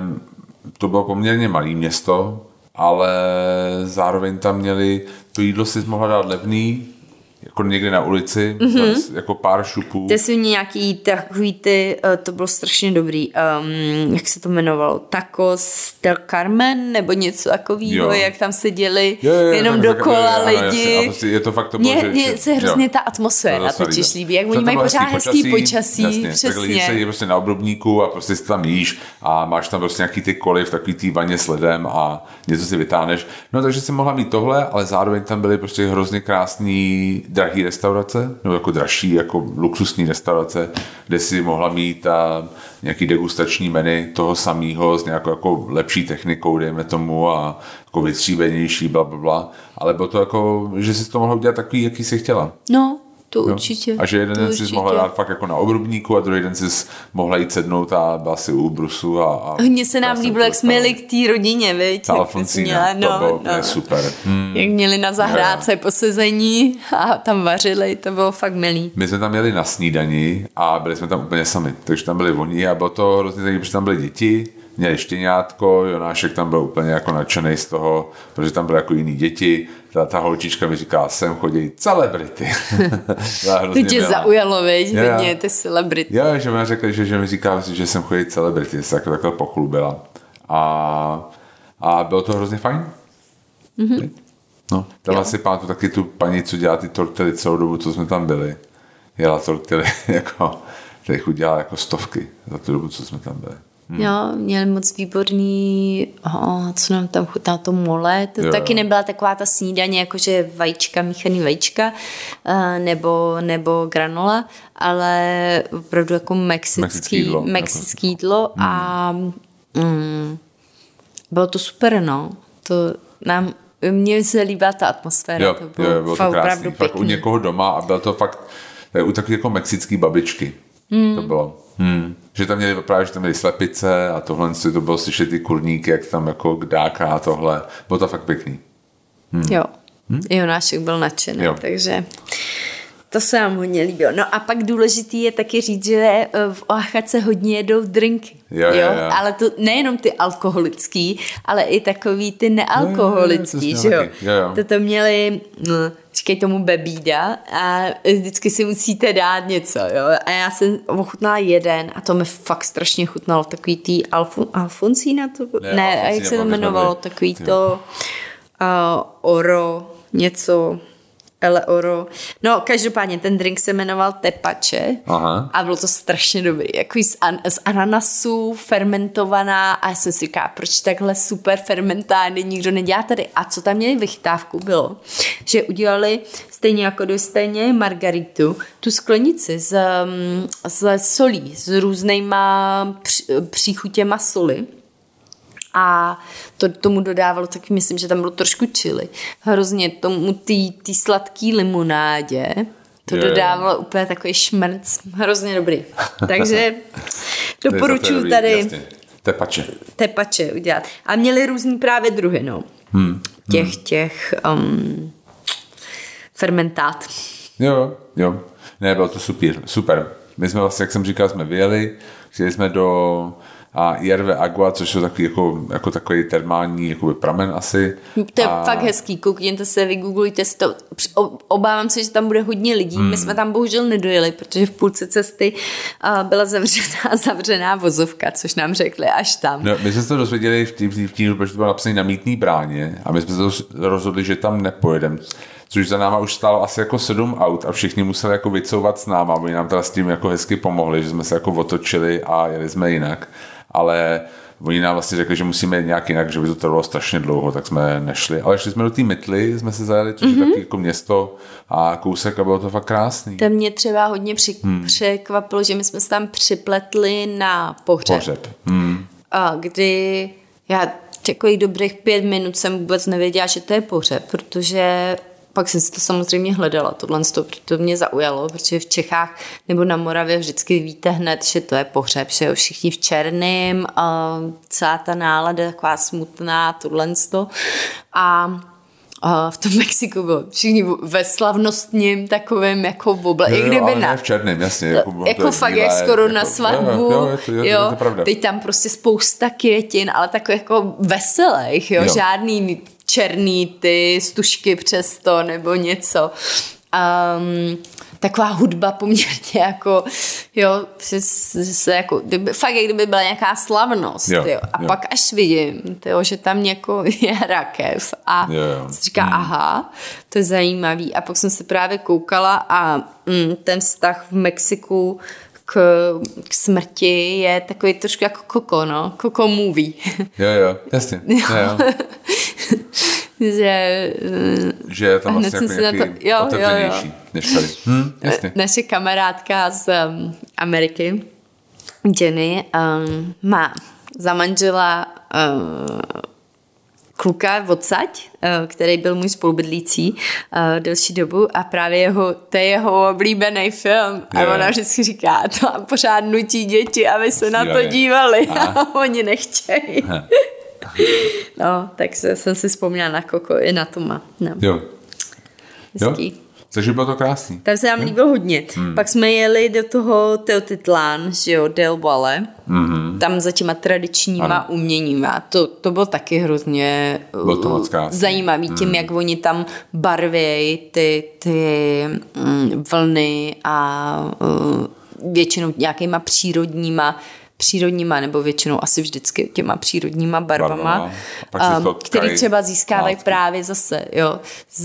to bylo poměrně malé město, ale zároveň tam měli, to jídlo si mohla dát levný, jako někde na ulici, jako pár šupů. To jsou nějaký takový ty, to bylo strašně dobrý, jak se to jmenovalo, Tacos del Carmen, nebo něco takového, jak tam seděli jenom dokola lidi. Ano, prostě je to fakt to bylo, Mně se hrozně ta atmosféra totiž líbí, jak oni mají pořád hezký počasí, jasně, přesně. Tak lidi sedí prostě na obrubníku a prostě si tam jíš a máš tam prostě nějaký ty koly v takový tý vaně s ledem a něco si vytáhneš. No takže si mohla mít tohle, ale zároveň tam byly prostě hrozně krásný drahý restaurace, nebo jako dražší, jako luxusní restaurace, kde si mohla mít nějaký degustační menu toho samého s nějakou jako lepší technikou, dejme tomu, a jako vytříbenější, blablabla. Ale bylo to jako, že si to mohla udělat takový, jaký si chtěla. No, to určitě. A že jeden den si mohla dát fakt jako na obrubníku a druhý den si mohla jít sednout a byla si u brusu. A hodně se nám líbilo, jak jsme jeli k té rodině, viď? Ta Alfonsína, to bylo super. Jak měli na zahrádce posezení a tam vařili, to bylo fakt milý. My jsme tam jeli na snídani a byli jsme tam úplně sami, takže tam byli oni a bylo to hrozně zajímavé, protože tam byly děti, měli štěňátko, Jonášek tam byl úplně jako nadšenej z toho, protože tam byly jako jiný děti. Ta holčička mi říká, sem chodí celebrity. To tě zaujalo, viď? Hodně ty celebrity. Jo, že mi řekli, že mi říká, že sem chodí celebrity, se takhle pochlubila. A bylo to hrozně fajn. No, dala si pátu taky tu paní, co dělá ty tortily celou dobu, co jsme tam byli. Jela tortily, jako, těch udělala jako 100 za tu dobu, co jsme tam byli. Jo, měli moc výborný, co nám tam chutná, to mole, to taky nebyla taková ta snídaně, jakože vajíčka, míchaný vajíčka, nebo granola, ale opravdu jako mexický jídlo a bylo to super, no. Mně se líbila ta atmosféra, to bylo to krásný, fakt u někoho doma a bylo to fakt u takový jako mexický babičky, to bylo. Že tam měli právě, že tam měli slepice a tohle, to bylo slyšet ty kurníky, jak tam jako dáka a tohle. Bylo to fakt pěkný. Jo. Jonášek byl nadšený, takže to se nám hodně líbilo. No a pak důležitý je taky říct, že v Oaxace hodně jedou drinky. Jo. Ale to nejenom ty alkoholický, ale i takový ty nealkoholický, že jo. To měli, říkají tomu bebída a vždycky si musíte dát něco, jo. A já jsem ochutnala jeden a to mi fakt strašně chutnalo v takový tý Alfonsína, jak se to jmenovalo, takový to oro, něco, Eleoro. No, každopádně ten drink se jmenoval tepače. Aha. A bylo to strašně dobrý. Jako z ananasu fermentovaná a já jsem si říkala, proč takhle super fermentády nikdo nedělá tady. A co tam měli vychytávku bylo, že udělali stejně jako do stejně margaritu, tu sklenici z solí, s různýma příchutěma soli. A tomu dodávalo, tak myslím, že tam bylo trošku chili. Hrozně tomu tý sladký limonádě to dodávalo úplně takový šmrc. Hrozně dobrý. Takže doporučuji tady tepače udělat. A měli různý právě druhy, no. Těch fermentát. Jo. Ne, bylo to super. My jsme vlastně, jak jsem říkal, jsme vyjeli, šli jsme do Yerba Agua, což je takový jako takový termální jakoby pramen asi. To je fakt hezký, koukněte se, vygooglujte si to. Obávám se, že tam bude hodně lidí. My jsme tam bohužel nedojeli, protože v půlce cesty byla zavřená vozovka, což nám řekli až tam. No, my jsme se to dozvěděli v týdnu, protože to bylo napsané na mýtný bráně a my jsme se rozhodli, že tam nepojedeme. Což za náma už stálo asi jako 7 aut a všichni museli jako vycouvat s náma, oni nám teda s tím jako hezky pomohli, že jsme se jako otočili a jeli jsme jinak. Ale oni nám vlastně řekli, že musíme jít nějak jinak, že by to trvalo strašně dlouho, tak jsme nešli. Ale šli jsme do té Mytly, jsme se zajeli, což je taky jako město a kousek a bylo to fakt krásný. To mě třeba hodně překvapilo, že my jsme se tam připletli na pohřeb. Kdy já takových dobrých 5 minut jsem vůbec nevěděla, že to je pohřeb, protože pak jsem si to samozřejmě hledala, tohle to mě zaujalo, protože v Čechách nebo na Moravě vždycky víte hned, že to je pohřeb, že jo, všichni v černém, celá ta nálada taková smutná, tohle. A v tom Mexiku bylo všichni ve slavnostním takovém jako i kdyby ne v černém, jasně. Jako fakt jak skoro na svatbu. Jo, to pravda. Teď tam prostě spousta květin, ale takových jako veselých, jo, žádný černý ty stužky přesto nebo něco. Taková hudba poměrně jako, jo, se jako, fakt jak kdyby byla nějaká slavnost, jo. A pak až vidím, že tam někoho je rakev a si říká, aha, to je zajímavý. A pak jsem se právě koukala a ten vztah v Mexiku k smrti je takový trošku jako Coco, no? Coco movie. Jo, jasně. Že je tam vlastně jako nějaký otevřenější než tady. Jasně. Naše kamarádka z Ameriky, Jenny, má za manžela kluka odsaď, který byl můj spolubydlící delší dobu a právě to je jeho oblíbený film. A ona vždycky říká, to pořád nutí děti, aby se na to dívali. A oni nechtějí. No, tak jsem si vzpomněla na Coco i na Toma. No. Jo. Takže bylo to krásný. Tam se nám líbilo hodně. Pak jsme jeli do toho Teotitlán, že jo, Del Valle. Tam za těma tradičníma uměníma. To bylo taky hrozně zajímavý tím, jak oni tam barvějí ty vlny a většinou nějakýma přírodníma, nebo většinou asi vždycky těma přírodníma barvama, který třeba získávají právě zase, jo,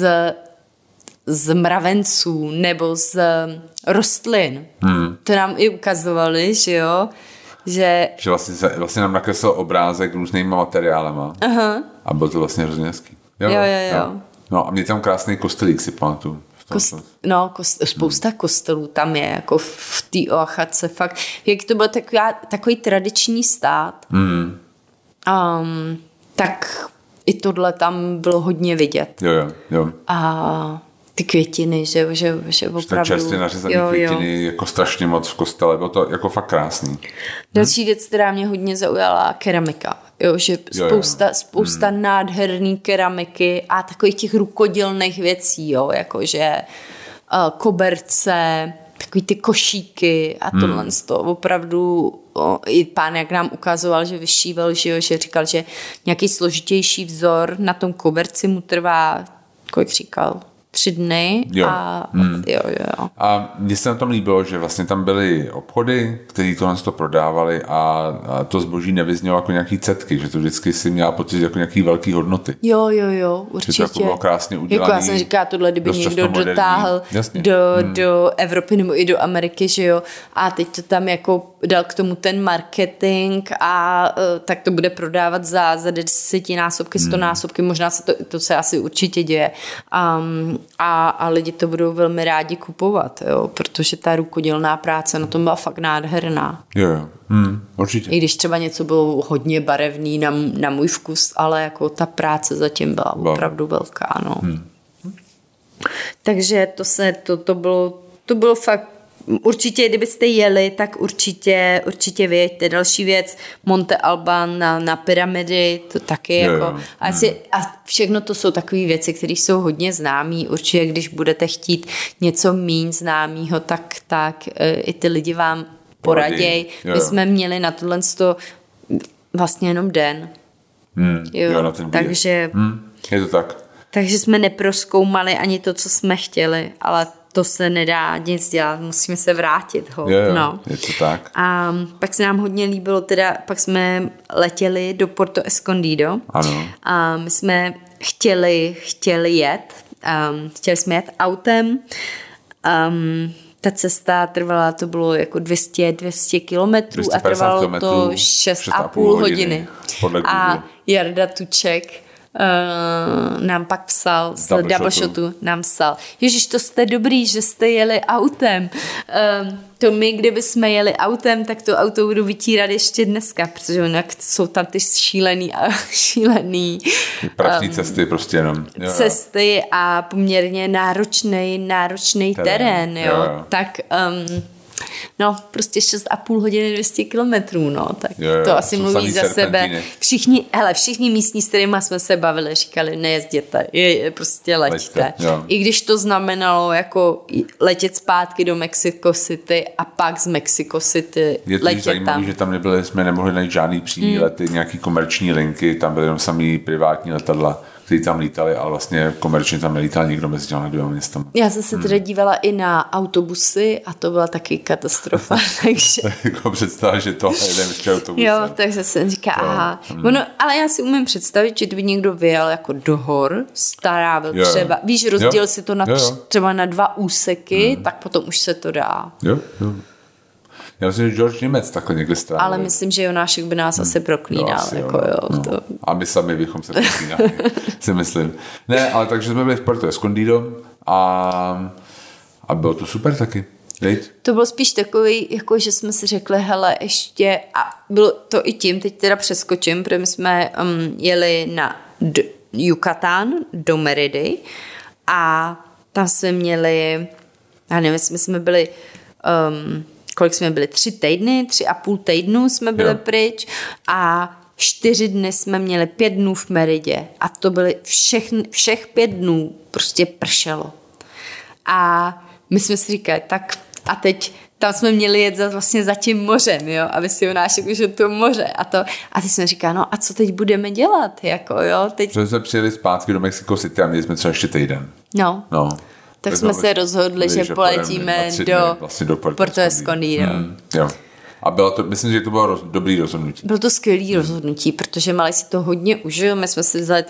z mravenců nebo z rostlin. To nám i ukazovali, že jo, že vlastně nám nakreslil obrázek různýma materiálema. A byl to vlastně hrozně hezký. Jo. No a mě tam krásný kostelík si pamatuju. Spousta kostelů tam je, jako v té Oaxace, fakt, jak to byl takový tradiční stát, tak i tohle tam bylo hodně vidět. Jo. A ty květiny, že opravdu... Čerstvě nařezaný květiny, jako strašně moc v kostele, bylo to jako fakt krásný. Další věc, která mě hodně zaujala, keramika. Jo, že spousta nádherný keramiky a takových těch rukodělných věcí, jo, jakože koberce, takový ty košíky a tohle z toho. Opravdu i pán, jak nám ukazoval, že vyšíval, že říkal, že nějaký složitější vzor na tom koberci mu trvá, kolik říkal, 3 dny Jo. jo. A mně se na tom líbilo, že vlastně tam byly obchody, které tohle to prodávali a to zboží nevyznělo jako nějaký cetky, že to vždycky si měla pocit jako nějaký velký hodnoty. Jo, určitě. Že to jako bylo krásně udělané. Jako já jsem říkala, tohle, kdyby někdo dotáhl do Evropy nebo i do Ameriky, že jo, a teď to tam jako dal k tomu ten marketing a tak to bude prodávat za 10násobky, 100násobky, možná se to se asi určitě děje. A lidi to budou velmi rádi kupovat, jo, protože ta rukodělná práce na tom byla fakt nádherná. Jo. Určitě. I když třeba něco bylo hodně barevný na můj vkus, ale jako ta práce zatím byla opravdu velká, no. Takže to bylo fakt. Určitě, kdybyste jeli, tak určitě vyjeďte. Další věc, Monte Alban na pyramidy, to taky jako. A všechno to jsou takové věci, které jsou hodně známý. Určitě, když budete chtít něco méně známýho, tak i ty lidi vám poraděj. My jsme měli na tohle vlastně jenom den. Na ten takže je to tak. Takže jsme neprozkoumali ani to, co jsme chtěli, ale to se nedá nic dělat, musíme se vrátit. No. Je to tak. A pak se nám hodně líbilo, pak jsme letěli do Porto Escondido. Ano. A my jsme chtěli jet autem. Ta cesta trvala, to bylo jako 200 kilometrů a trvalo to 6,5 hodiny. A Jarda Tuček nám pak psal z Double Shotu nám psal, Ježiš, to jste dobrý, že jste jeli autem. To my, kdyby jsme jeli autem, tak to auto budu vytírat ještě dneska, protože jinak jsou tam ty šílený prašný cesty prostě jenom. Cesty a poměrně náročný terén. Jo. Tak no, prostě 6,5 hodiny 200 kilometrů, no, tak to asi mluví za sebe. Všichni místní, s kterými jsme se bavili, říkali, nejezděte, prostě leďte. I když to znamenalo jako letět zpátky do Mexico City a pak z Mexico City je to zajímavé, že tam jsme nemohli najít žádný přímý lety, nějaký komerční linky, tam byly jenom samý privátní letadla, kteří tam lítali, ale vlastně komerčně tam nelítal nikdo mezi těmi dvěma městama. Já jsem se teda dívala i na autobusy a to byla taky katastrofa, takže... Jako představa, že to jdeme ještě autobusem. Jo, takže jsem říká, aha. Ale já si umím představit, že kdyby někdo vyjel jako do hor, starával třeba, víš, rozdělil si to třeba na 2 úseky, tak potom už se to dá. Jo. Já myslím, že George Němec takhle někde strávil. Ale myslím, že Jonášek by nás asi proklínal. To... A my sami bychom se proklínali, si myslím. Ne, ale takže jsme byli v Porto Escondido a bylo to super taky. Dejt? To bylo spíš takový, jako že jsme si řekli, hele, ještě, a bylo to i tím, teď teda přeskočím, protože my jsme jeli na Yucatán do Meridy a tam jsme měli, já nevím, jestli jsme byli kolik jsme byli, 3,5 týdnu jsme byli pryč a 4 dny jsme měli 5 dnů v Meridě a to byly všech 5 dnů prostě pršelo. A my jsme si říkali, tak a teď tam jsme měli jet vlastně za tím mořem, jo, aby si Jonášek už od toho moře a teď jsme říkali, no a co teď budeme dělat, jako jo, teď. Protože jsme přijeli zpátky do Mexico City a měli jsme třeba ještě týden. No. Tak jsme se rozhodli, že poletíme do Porto Escondido. Jo. A bylo to, myslím, že to bylo dobrý rozhodnutí. Bylo to skvělý rozhodnutí, protože Malej si to hodně užil. My jsme si vzali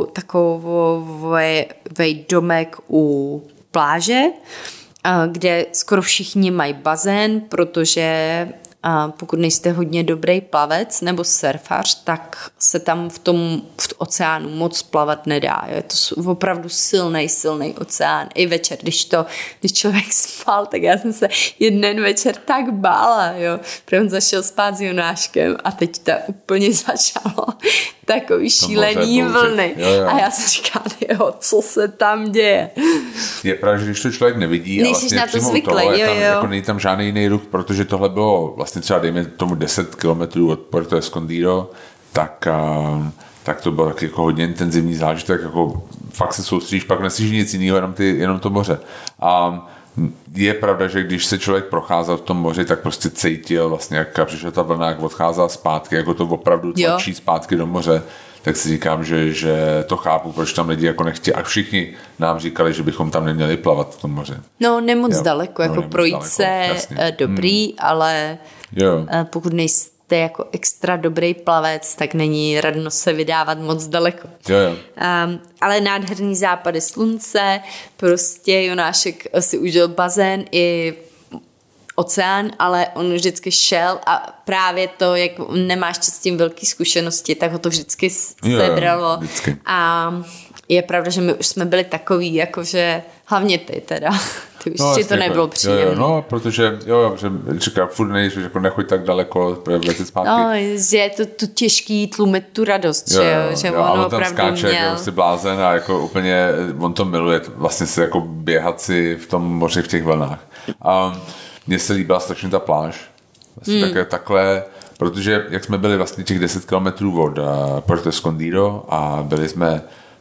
takový domek u pláže, kde skoro všichni mají bazén, protože pokud nejste hodně dobrý plavec nebo surfař, tak se tam v oceánu moc plavat nedá. Jo. Je to opravdu silný oceán. I večer, když člověk spal, tak já jsem se jeden večer tak bála. Jo. Protože on zašel spát s Jonáškem a teď to úplně začalo takový šílený vlny. Jo. A já jsem říkala, co se tam děje. Je pravda, že když to člověk nevidí a vlastně na to zvyklý, jako není tam žádný jiný ruch, protože tohle bylo vlastně třeba dejme tomu 10 kilometrů od Porto Escondido, tak to bylo taky jako hodně intenzivní zážitek, jako fakt se soustředíš, pak neslyšíš nic jiného, jenom to moře. A je pravda, že když se člověk procházel v tom moři, tak prostě cítil vlastně, jak přišla ta vlna, jak odcházel zpátky, jako to opravdu tlačí zpátky do moře, tak si říkám, že to chápu, proč tam lidi jako nechtějí. A všichni nám říkali, že bychom tam neměli plavat v tom moři. No, nemoc daleko, jako nemoc projít daleko, se dobrý, ale pokud nejste jako extra dobrý plavec, tak není radno se vydávat moc daleko. Ale nádherný západy slunce, prostě Jonášek si užil bazén i oceán, ale on vždycky šel a právě to, jak nemáš s tím velký zkušenosti, tak ho to vždycky sebralo. Vždycky. A je pravda, že my už jsme byli takový, jakože hlavně ty teda. Ty už ti to nebylo příjemné. No, protože že říkám, furt nejsi, jako nechoď tak daleko, vletět zpátky. No, že je to tu těžký tlumit tu radost, že on opravdu skáče, měl. Jako blázen a jako úplně, on to miluje, vlastně se jako běhat si v tom moři v těch vlnách. Mně se líbila strašně ta pláž. Vlastně takhle, protože jak jsme byli vlastně těch 10 kilometrů od Puerto Escondido a byli jsme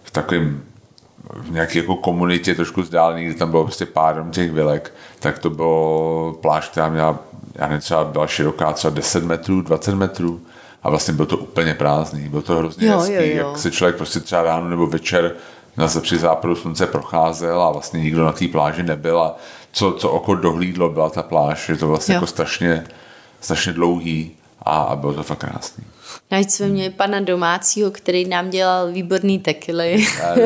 v nějaké jako komunitě trošku vzdálený, kde tam bylo prostě pár těch vilek, tak to bylo pláž, která měla, já nevím, třeba byla široká třeba 10 metrů, 20 metrů a vlastně bylo to úplně prázdný. Bylo to hrozně hezký, jak se člověk prostě třeba ráno nebo večer při západu slunce procházel a vlastně nikdo na té pláži nebyl a co oko dohlídlo, byla ta pláž, že to vlastně jako strašně dlouhý a bylo to fakt krásný. Navíc jsme měli pana domácího, který nám dělal výborný tekily.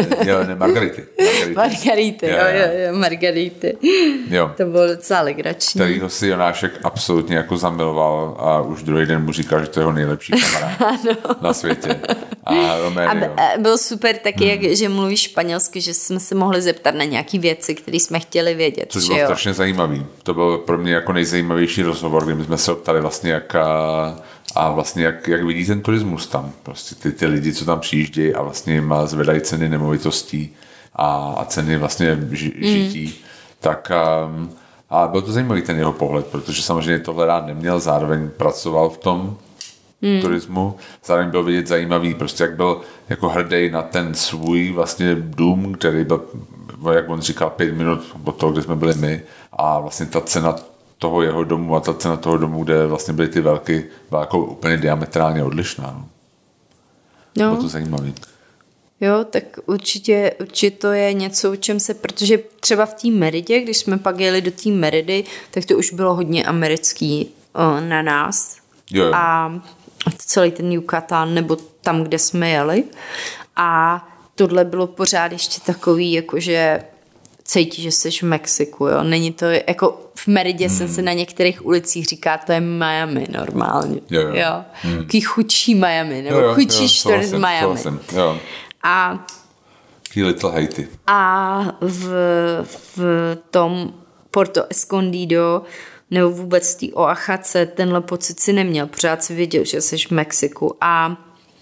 Margarity. Jo. To bylo docela legrační. Kterýho si Jonášek absolutně jako zamiloval a už druhý den mu říkal, že to je jeho nejlepší kamarád na světě. A byl super taky, že mluví španělsky, že jsme se mohli zeptat na nějaký věci, které jsme chtěli vědět. Což bylo strašně zajímavý. To byl pro mě jako nejzajímavější rozhovor, kdy jsme se optali vlastně a vlastně jak vidí ten turismus tam. Prostě ty lidi, co tam přijíždějí a vlastně jim zvedají ceny nemovitostí a ceny vlastně žití. Tak a byl to zajímavý ten jeho pohled, protože samozřejmě tohle rád neměl, zároveň pracoval v tom turismu. Zároveň byl vidět zajímavý, prostě jak byl jako hrdý na ten svůj vlastně dům, který byl, jak on říkal, 5 minut od toho, kde jsme byli my a vlastně ta cena toho jeho domu a ta cena toho domu, kde vlastně byly ty velky, byla jako úplně diametrálně odlišná. No. Bylo to zajímavý. Jo, tak určitě to je něco, o čem se, protože třeba v té Meridě, když jsme pak jeli do té Meridy, tak to už bylo hodně americký na nás. Jo. A celý ten Yucatán, nebo tam, kde jsme jeli. A tohle bylo pořád ještě takový, jakože cítí, že jsi v Mexiku, jo. Není to, jako v Meridě jsem se na některých ulicích říká, to je Miami normálně. Jo. Taký chudší Miami, nebo chudší čtvrt z Miami. Jo. A Little Haiti. A v tom Puerto Escondido nebo vůbec v té Oaxace tenhle pocit si neměl. Pořád si věděl, že jsi v Mexiku. A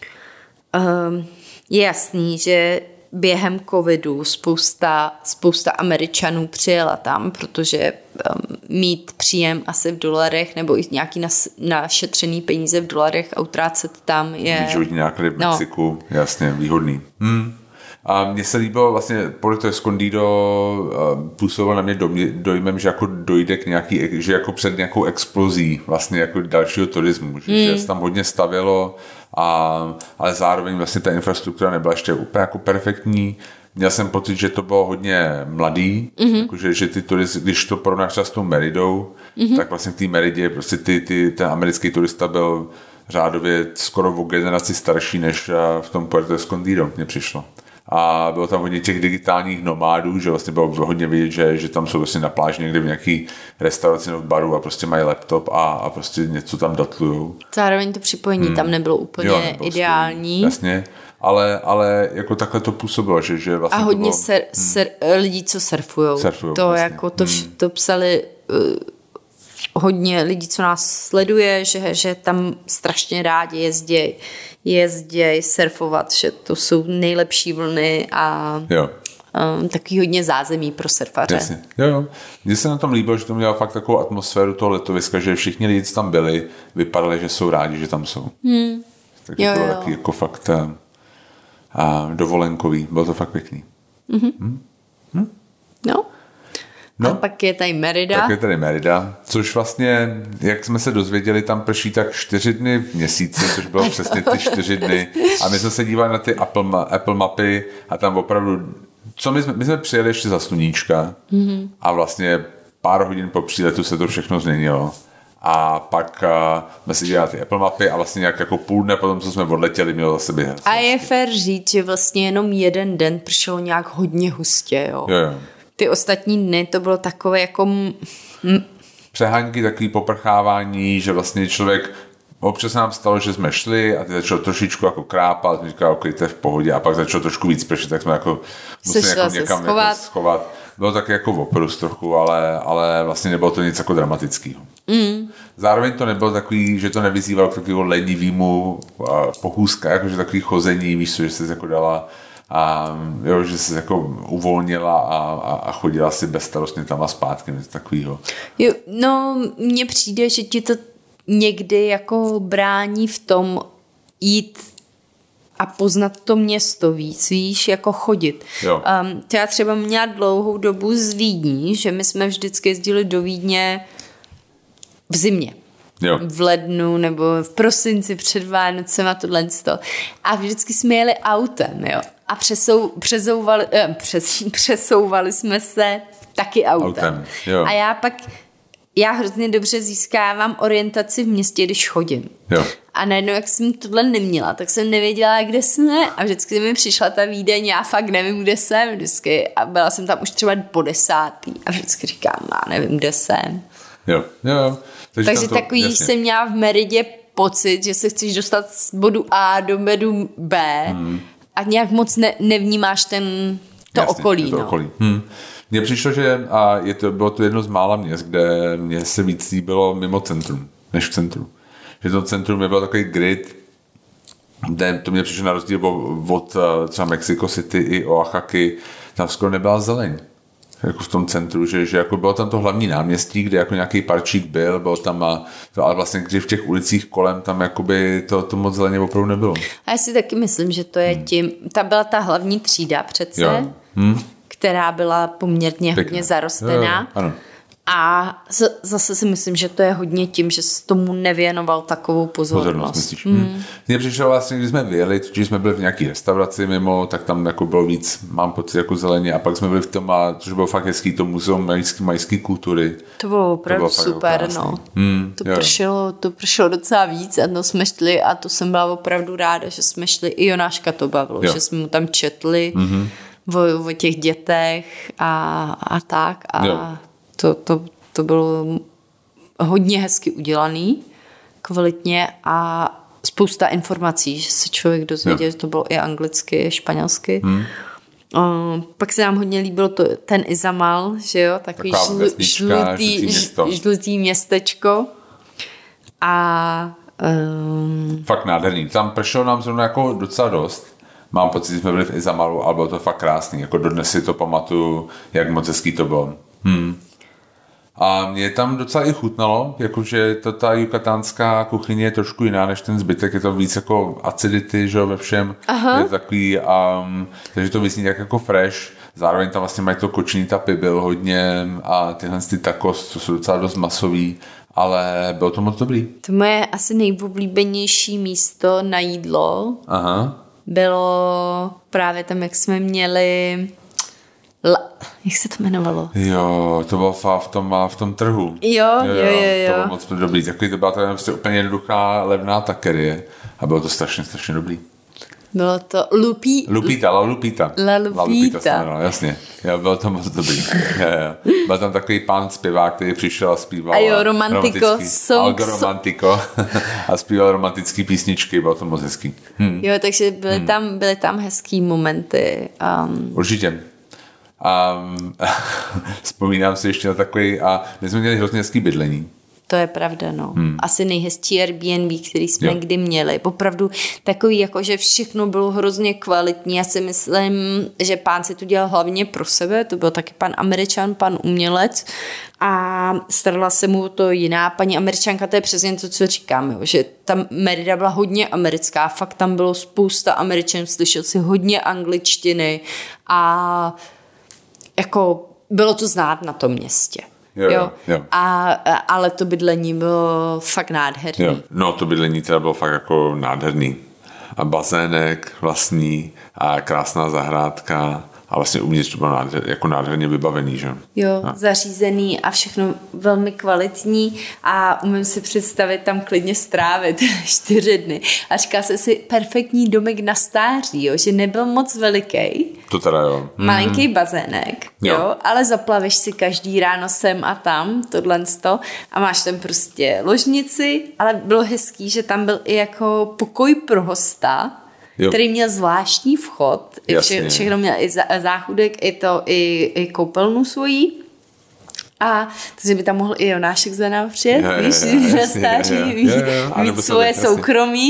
je jasný, že během covidu spousta Američanů přijela tam, protože mít příjem asi v dolarech nebo i nějaký našetřený peníze v dolarech a utrácet tam je... Životní náklady v Mexiku, jasně, výhodný. A mně se líbilo vlastně Puerto Escondido působilo na mě dojmem, že jako dojde k nějaký, že jako před nějakou explozí vlastně jako dalšího turismu, že se tam hodně stavělo, ale zároveň vlastně ta infrastruktura nebyla ještě úplně jako perfektní. Měl jsem pocit, že to bylo hodně mladý, jakože, že ty turisty, když to porovnáš s tou Meridou, tak vlastně v té Meridě prostě ten americký turista byl řádově skoro o generaci starší, než v tom Puerto Escondido mě přišlo. A bylo tam hodně těch digitálních nomádů, že vlastně bylo hodně vidět, že tam jsou vlastně na pláži někde v nějaký restauraci nebo v baru a prostě mají laptop a prostě něco tam datlujou. Zároveň to připojení tam nebylo úplně ideální. Jasně, ale jako takhle to působilo, že vlastně a hodně lidí, co surfujou. To vlastně. Jako to psali hodně lidí, co nás sleduje, že tam strašně rádi jezděj surfovat, že to jsou nejlepší vlny a taky hodně zázemí pro surfaře. Jasně. Jo. Mně se na tom líbilo, že to mělo fakt takovou atmosféru toho letoviska, že všichni lidi, co tam byli, vypadali, že jsou rádi, že tam jsou. Tak to bylo taky jako fakt dovolenkový. Bylo to fakt pěkný. No. No, a pak je tady Merida. Tak je tady Merida, což vlastně, jak jsme se dozvěděli, tam prší tak 4 dny v měsíci, což bylo přesně ty 4 dny. A my jsme se dívali na ty Apple mapy a tam opravdu, my jsme přijeli ještě za sluníčka a vlastně pár hodin po příletu se to všechno změnilo. A pak jsme si dělali ty Apple mapy a vlastně nějak jako půl dne potom, co jsme odletěli, mělo zase běhat. A je fér říct, že vlastně jenom jeden den pršelo nějak hodně hustě, jo. Jo. Ty ostatní dny to bylo takové jako... Přehánky, takový poprchávání, že vlastně člověk, občas nám stalo, že jsme šli a ty začalo trošičku jako krápat, jsme říkali, ok, to je v pohodě a pak začalo trošku víc pršet, tak jsme jako museli jako někam jako schovat. Bylo tak jako oprus trochu, ale vlastně nebylo to nic jako dramatického. Zároveň to nebylo takový, že to nevyzývalo k takovému lenivýmu pochůzka, jakože takový chození, víš co, že jsi jako dala a jo, že jsi jako uvolnila a chodila si bezstarostně tam a zpátky, něco takového. Jo, no, mně přijde, že ti to někdy jako brání v tom jít a poznat to město víš, jako chodit. Já třeba měla dlouhou dobu z Vídní, že my jsme vždycky jezdili do Vídně v zimě. Jo. V lednu nebo v prosinci před Vánocem a tohle. A vždycky jsme jeli autem, jo. A přesouvali jsme se taky autem. Jo. A já hrozně dobře získávám orientaci v městě, když chodím. Jo. A najednou, jak jsem tohle neměla, tak jsem nevěděla, kde jsme. A vždycky mi přišla ta Vídeň, já fakt nevím, kde jsem vždycky. A byla jsem tam už třeba po 10. A vždycky říkám, já nevím, kde jsem. Jo. Takže takový jsem měla v Meridě pocit, že se chceš dostat z bodu A do bodu B a nějak moc nevnímáš okolí. To okolí. Mně přišlo, že bylo to jedno z mála měst, kde mě se víc líbilo mimo centrum, než v centru. Že to centrum bylo takový grid, kde to mě přišlo na rozdíl od třeba Mexico City i Oaxaky, tam skoro nebyla zeleň. Jako v tom centru, že jako bylo tam to hlavní náměstí, kde jako nějaký parčík byl tam ale vlastně když v těch ulicích kolem tam jakoby to moc zeleně opravdu nebylo. A já si taky myslím, že to je tím, ta byla ta hlavní třída přece, která byla poměrně hodně zarostlená. Jo, ano. A zase si myslím, že to je hodně tím, že jsi tomu nevěnoval takovou pozornost. Mně přišlo vlastně, když jsme vyjeli, když jsme byli v nějaký restauraci mimo, tak tam jako bylo víc, mám pocit, jako zeleně a pak jsme byli v tom, což bylo fakt hezký, to muzeum majské kultury. To bylo opravdu super, no. To pršelo docela víc a jsme šli a to jsem byla opravdu ráda, že jsme šli, i Jonáška to bavilo, že jsme mu tam četli o těch dětech a tak a to bylo hodně hezky udělaný, kvalitně a spousta informací, že se člověk dozvěděl, že to bylo i anglicky, i španělsky. Pak se nám hodně líbilo ten Izamal, že jo, takový žlutý městečko. A fakt nádherný. Tam pršelo nám zrovna jako docela dost. Mám pocit, že jsme byli v Izamalu, ale bylo to fakt krásný. Jako dodnes si to pamatuju, jak moc hezký to bylo. A mě tam docela i chutnalo, jakože ta yukatánská kuchyně je trošku jiná než ten zbytek, je to víc jako acidity, že jo, ve všem. Aha. Je to takový, takže to vyzní jako fresh. Zároveň tam vlastně mají to koční tapy, byl hodně a tyhle ty tacos, co jsou docela dost masový, ale bylo to moc dobrý. To moje asi nejoblíbenější místo na jídlo bylo právě tam, jak jsme měli... jak se to jmenovalo? Jo, to bylo v tom trhu. Jo. To bylo moc dobrý. Takový to byla to prostě úplně jednoduchá, levná takerie a bylo to strašně dobrý. Bylo to La Lupita. Jasně. Jo, bylo to moc dobrý. Byl tam takový pán zpěvák, který přišel a zpíval. A jo, Romantico. A zpíval romantický písničky, bylo to moc hezký. Jo, takže byly tam hezký momenty. Určitě. Vzpomínám si ještě na takový, a my jsme měli hrozně hezký bydlení. To je pravda, no. Asi nejhezčí Airbnb, který jsme kdy měli. Opravdu takový, jako že všechno bylo hrozně kvalitní. Já si myslím, že pán si to dělal hlavně pro sebe. To byl taky pan Američan, pan umělec. A starala se mu to jiná paní Američanka. To je přesně to, co říkám, jo, že ta Merida byla hodně americká. Fakt tam bylo spousta Američanů. Slyšel si hodně angličtiny a jako bylo to znát na tom městě. Jo. Ale to bydlení bylo fakt nádherný. Jo. No, to bydlení teda bylo fakt jako nádherný. A bazének vlastní a krásná zahrádka a vlastně uvnitř to bylo jako nádherně vybavený, že? Jo, zařízený a všechno velmi kvalitní a umím si představit tam klidně strávit 4 dny. A říká se si perfektní domek na stáří, jo, že nebyl moc veliký. To teda jo. Malinký bazének, jo, ale zaplaveš si každý ráno sem a tam, tohleto a máš tam prostě ložnici, ale bylo hezký, že tam byl i jako pokoj pro hosta, který měl zvláštní vchod, všechno měl i záchůdek, i koupelnu svojí. A takže by tam mohl i Jonášek za námi přijet, na stáří, mít svoje soukromí.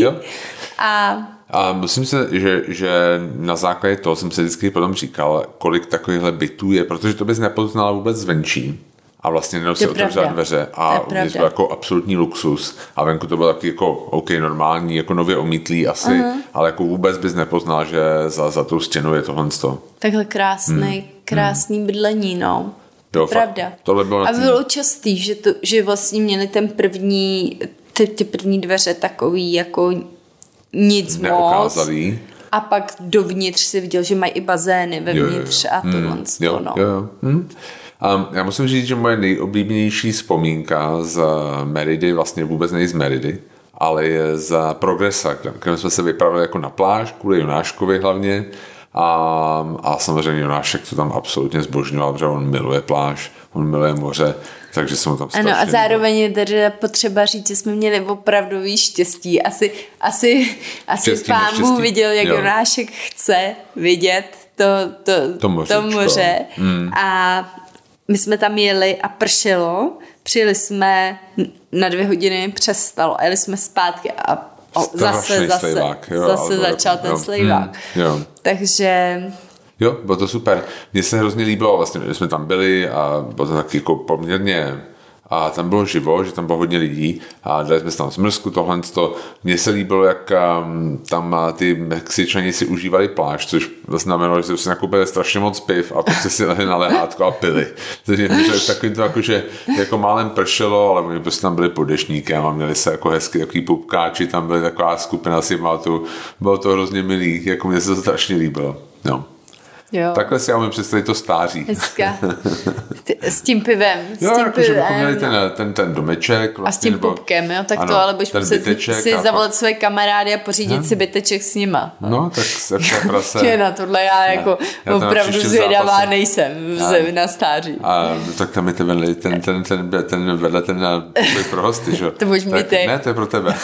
A myslím si, že na základě toho jsem se vždycky potom říkal, kolik takovýchhle bytů je, protože to bys nepoznala vůbec zvenčí. A vlastně jenom si otevřela dveře a uvnitř byl jako absolutní luxus a venku to bylo taky jako OK, normální, jako nově omítlý asi, ale jako vůbec bys nepoznal, že za tou stěnou je tohle. Takhle krásný bydlení, no. Jo, pravda. Tohle bylo a bylo častý, že vlastně měli ty první dveře takový jako nic moc. A pak dovnitř si viděl, že mají i bazény vevnitř a tohle. Jo. Já musím říct, že moje nejoblíbenější vzpomínka z Meridy, vlastně vůbec není z Meridy, ale je z Progressa, kde jsme se vypravili jako na pláž, kvůli Jonáškovi hlavně. A samozřejmě Jonášek to tam absolutně zbožňoval, protože on miluje pláž, on miluje moře, takže jsem tam strašně... Ano, a zároveň je tedy potřeba říct, že jsme měli opravdový štěstí. Asi Pán Bůh viděl, jak Jonášek chce vidět to moře. A my jsme tam jeli a pršelo, přijeli jsme na 2 hodiny, přestalo a jeli jsme zpátky a zase začal ten slejvák. Takže... Jo, bylo to super. Mně se hrozně líbilo, vlastně, že jsme tam byli a bylo to taky jako poměrně... A tam bylo živo, že tam bylo hodně lidí a dali jsme se tam zmrzku, tohle. Mně se líbilo, jak tam ty Mexičani si užívali pláž, což znamenalo, že si nakoupili strašně moc piv a prostě si lehli na lehátko a pili. Takže takový to jako, že jako málem pršelo, ale oni prostě tam byli pod deštníkem a měli se jako hezky takový pupkáči, tam byly taková skupina si bylo to hrozně milý, jako mně se to strašně líbilo. No. Jo. Takhle si já umím představit to stáří. Hezká. S tím pivem. Že bychom měli ten domeček. Vlastně, a s tím pupkem, jo, tak ano, to ale budeš muset si zavolat své kamarády a pořídit si byteček s nima. No, tak se prase. Na tohle já jako opravdu zvědavá nejsem na stáří. A tak tam je ten vedle ten pro hosty, že? To budeš mít ty. Ne, to je pro tebe.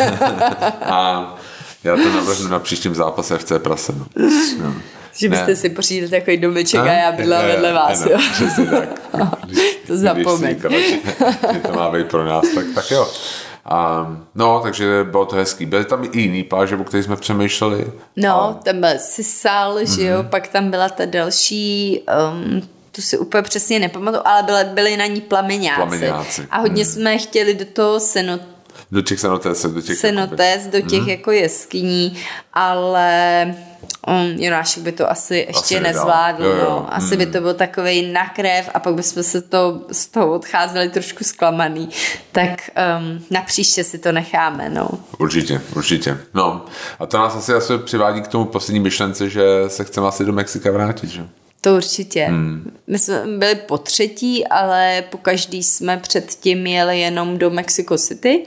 A já to navrhnu na příštím zápase FC Prase. No. Že byste si pořídili takový domeček a já bydlela vedle vás, jo. Přesně tak. To zapomeň. Že to má být pro nás, tak jo. No, takže bylo to hezký. Byly tam i jiný pláže, o kterých jsme přemýšleli. No, tam byl Sisal, že jo, pak tam byla ta další... tu si úplně přesně nepamatuju, ale byly na ní plameňáci. A hodně jsme chtěli do toho do těch cenotes, do těch jako jeskyní, ale Jonášek by to asi ještě nezvládl. Jo. Asi by to byl takovej nakrev a pak bychom se z toho odcházeli trošku zklamaný. Tak na příště si to necháme. No. Určitě. No. A to nás asi přivádí k tomu poslední myšlence, že se chceme asi do Mexika vrátit, že? To určitě. My jsme byli po 3., ale po každý jsme předtím jeli jenom do Mexico City.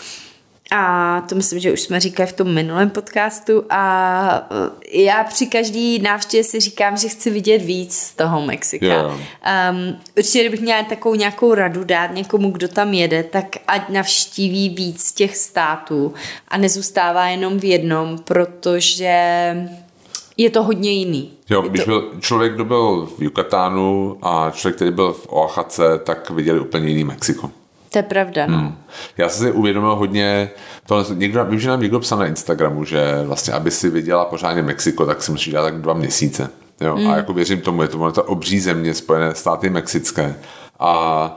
A to myslím, že už jsme říkali v tom minulém podcastu. A já při každý návštěvě si říkám, že chci vidět víc z toho Mexika. Yeah. Určitě, kdybych měla takovou nějakou radu dát někomu, kdo tam jede, tak ať navštíví víc těch států a nezůstává jenom v jednom, protože... je to hodně jiný. Jo, když byl člověk, kdo byl v Yucatánu a člověk, který byl v Oaxace, tak viděli úplně jiný Mexiko. To je pravda, no. Já jsem si uvědomil hodně, vím, že nám někdo psal na Instagramu, že vlastně, aby si viděla pořádně Mexiko, tak si musíš dát tak 2 měsíce. Jo? A jako věřím tomu, je to obří země, Spojené státy mexické. A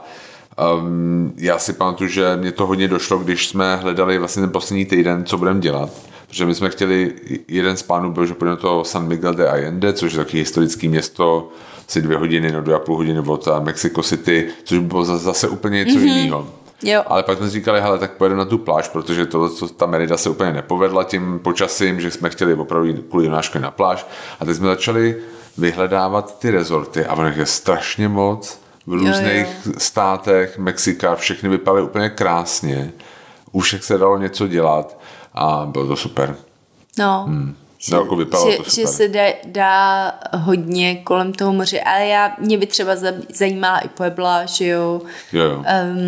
já si pamatuju, že mě to hodně došlo, když jsme hledali vlastně ten poslední týden, co budeme dělat. Protože my jsme chtěli, jeden z plánů byl, že půjdeme do toho San Miguel de Allende, což je taky historické město, asi 2 hodiny, 2,5 hodiny od Mexico City, což by bylo zase úplně něco jiného. Jo. Ale pak jsme říkali, hele, tak pojedeme na tu pláž, protože ta Merida se úplně nepovedla tím počasím, že jsme chtěli opravdu jít kvůli Jonáškovi na pláž. A teď jsme začali vyhledávat ty rezorty a ono je strašně moc v různých státech Mexika, všechny vypadaly úplně krásně. Už všech se dalo něco dělat a bylo to super. No. Jako vypadalo to super. Že se dá hodně kolem toho moře, ale mě by třeba zajímala i Puebla, že jo. Jo.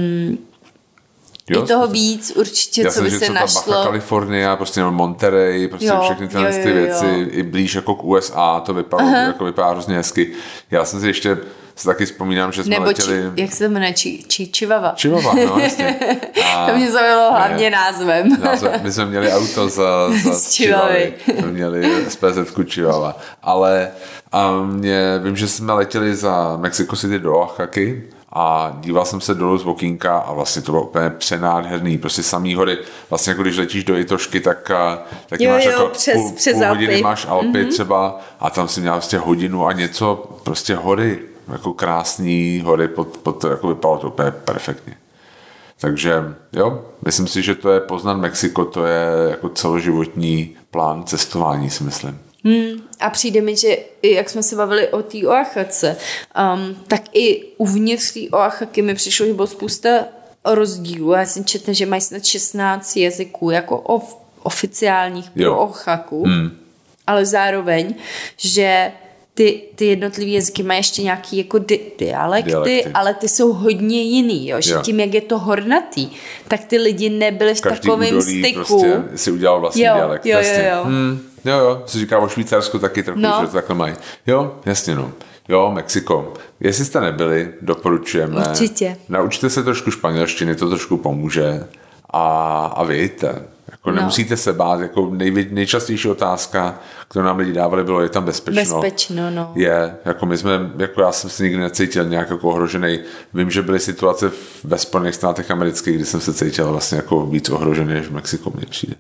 I toho víc určitě, co by se našlo. Baja California, prostě Monterey, prostě všechny ty věci, i blíž jako k USA, to vypadá hrozně hezky. Já jsem si ještě taky vzpomínám, že jsme letěli... jak se to jmenuje? Chihuahua. Chihuahua, no jasně. To mě zaujalo hlavně názvem. My jsme měli auto za Chihuahuy. My měli SPZ-ku Chihuahua. Ale vím, že jsme letěli za Mexico City do Oaxaky a díval jsem se dolů z okýnka a vlastně to bylo úplně přenádherný. Prostě samý hory. Vlastně jako když letíš do Itošky, tak máš jako přes půl hodiny máš Alpy třeba a tam si měl prostě hodinu a něco, prostě hory. Jako krásný hory, jako vypadalo to úplně perfektně. Takže jo, myslím si, že to je poznat Mexiko, to je jako celoživotní plán cestování, si myslím. A přijde mi, že jak jsme se bavili o té Oaxace, tak i uvnitř té Oaxaky mi přišlo, že bylo spousta rozdílů. Já jsem četla, že mají snad 16 jazyků jako oficiálních pro Oaxaku, ale zároveň, že ty jednotlivé jazyky mají ještě nějaký jako dialekty, ale ty jsou hodně jiný, jo? Že tím, jak je to hornatý, tak ty lidi nebyli v takovém styku. Prostě si udělal vlastní dialekt. Jo. Jo, se říká o Švýcarsku taky trochu, že to takhle mají. Jo, jasně, no. Jo, Mexiko. Jestli jste nebyli, doporučujeme. Určitě. Naučte se trošku španělštiny, to trošku pomůže. A vyjďte. Jako nemusíte se bát, jako nejčastější otázka, kterou nám lidi dávali, bylo, je tam bezpečno. Bezpečno, no. Je, jako já jsem se nikdy necítil nějak jako ohrožený. Vím, že byly situace ve Spojených státech amerických, kdy jsem se cítil vlastně jako víc ohrožený, než v Mexiku mě přijde.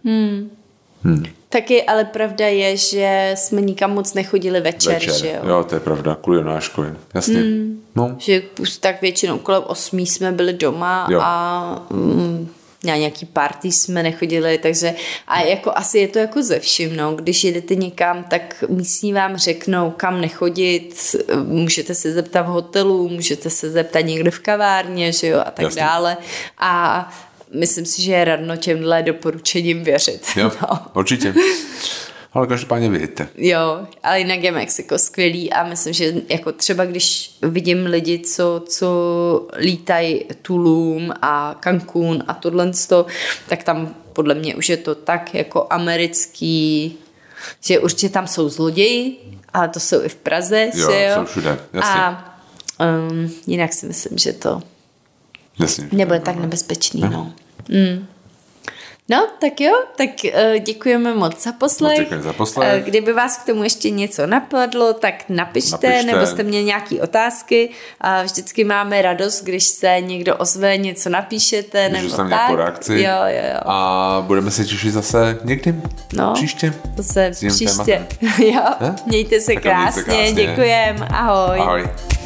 Taky, ale pravda je, že jsme nikam moc nechodili večer. Že jo? Jo, to je pravda, kvůli Jonáškovi. Jasně. No. Že tak většinou kolem 8 jsme byli doma a na nějaký party jsme nechodili, takže a jako asi je to jako ze vším, no. Když jedete někam, tak místní vám řeknou, kam nechodit, můžete se zeptat v hotelu, můžete se zeptat někde v kavárně, že jo, a tak dále. A myslím si, že je radno těmhle doporučením věřit. Jo, určitě. Ale každopádně vyjďte. Jo, ale jinak je Mexiko skvělý a myslím, že jako třeba když vidím lidi, co lítají Tulum a Cancún a tohle, tak tam podle mě už je to tak jako americký, že určitě tam jsou zloději, ale to jsou i v Praze. Jo, jsou všude, jasně. A jinak si myslím, že to nebude tak nebezpečný, no. No, tak jo, tak děkujeme moc za poslech. Kdyby vás k tomu ještě něco napadlo, tak napište. Nebo jste měli nějaké otázky. Vždycky máme radost, když se někdo ozve, něco napíšete. Když nebo tak. Reakci. Jo. A budeme se těšit zase někdy. Příště. Zase příště. Jo, mějte se krásně. Děkujeme. Ahoj.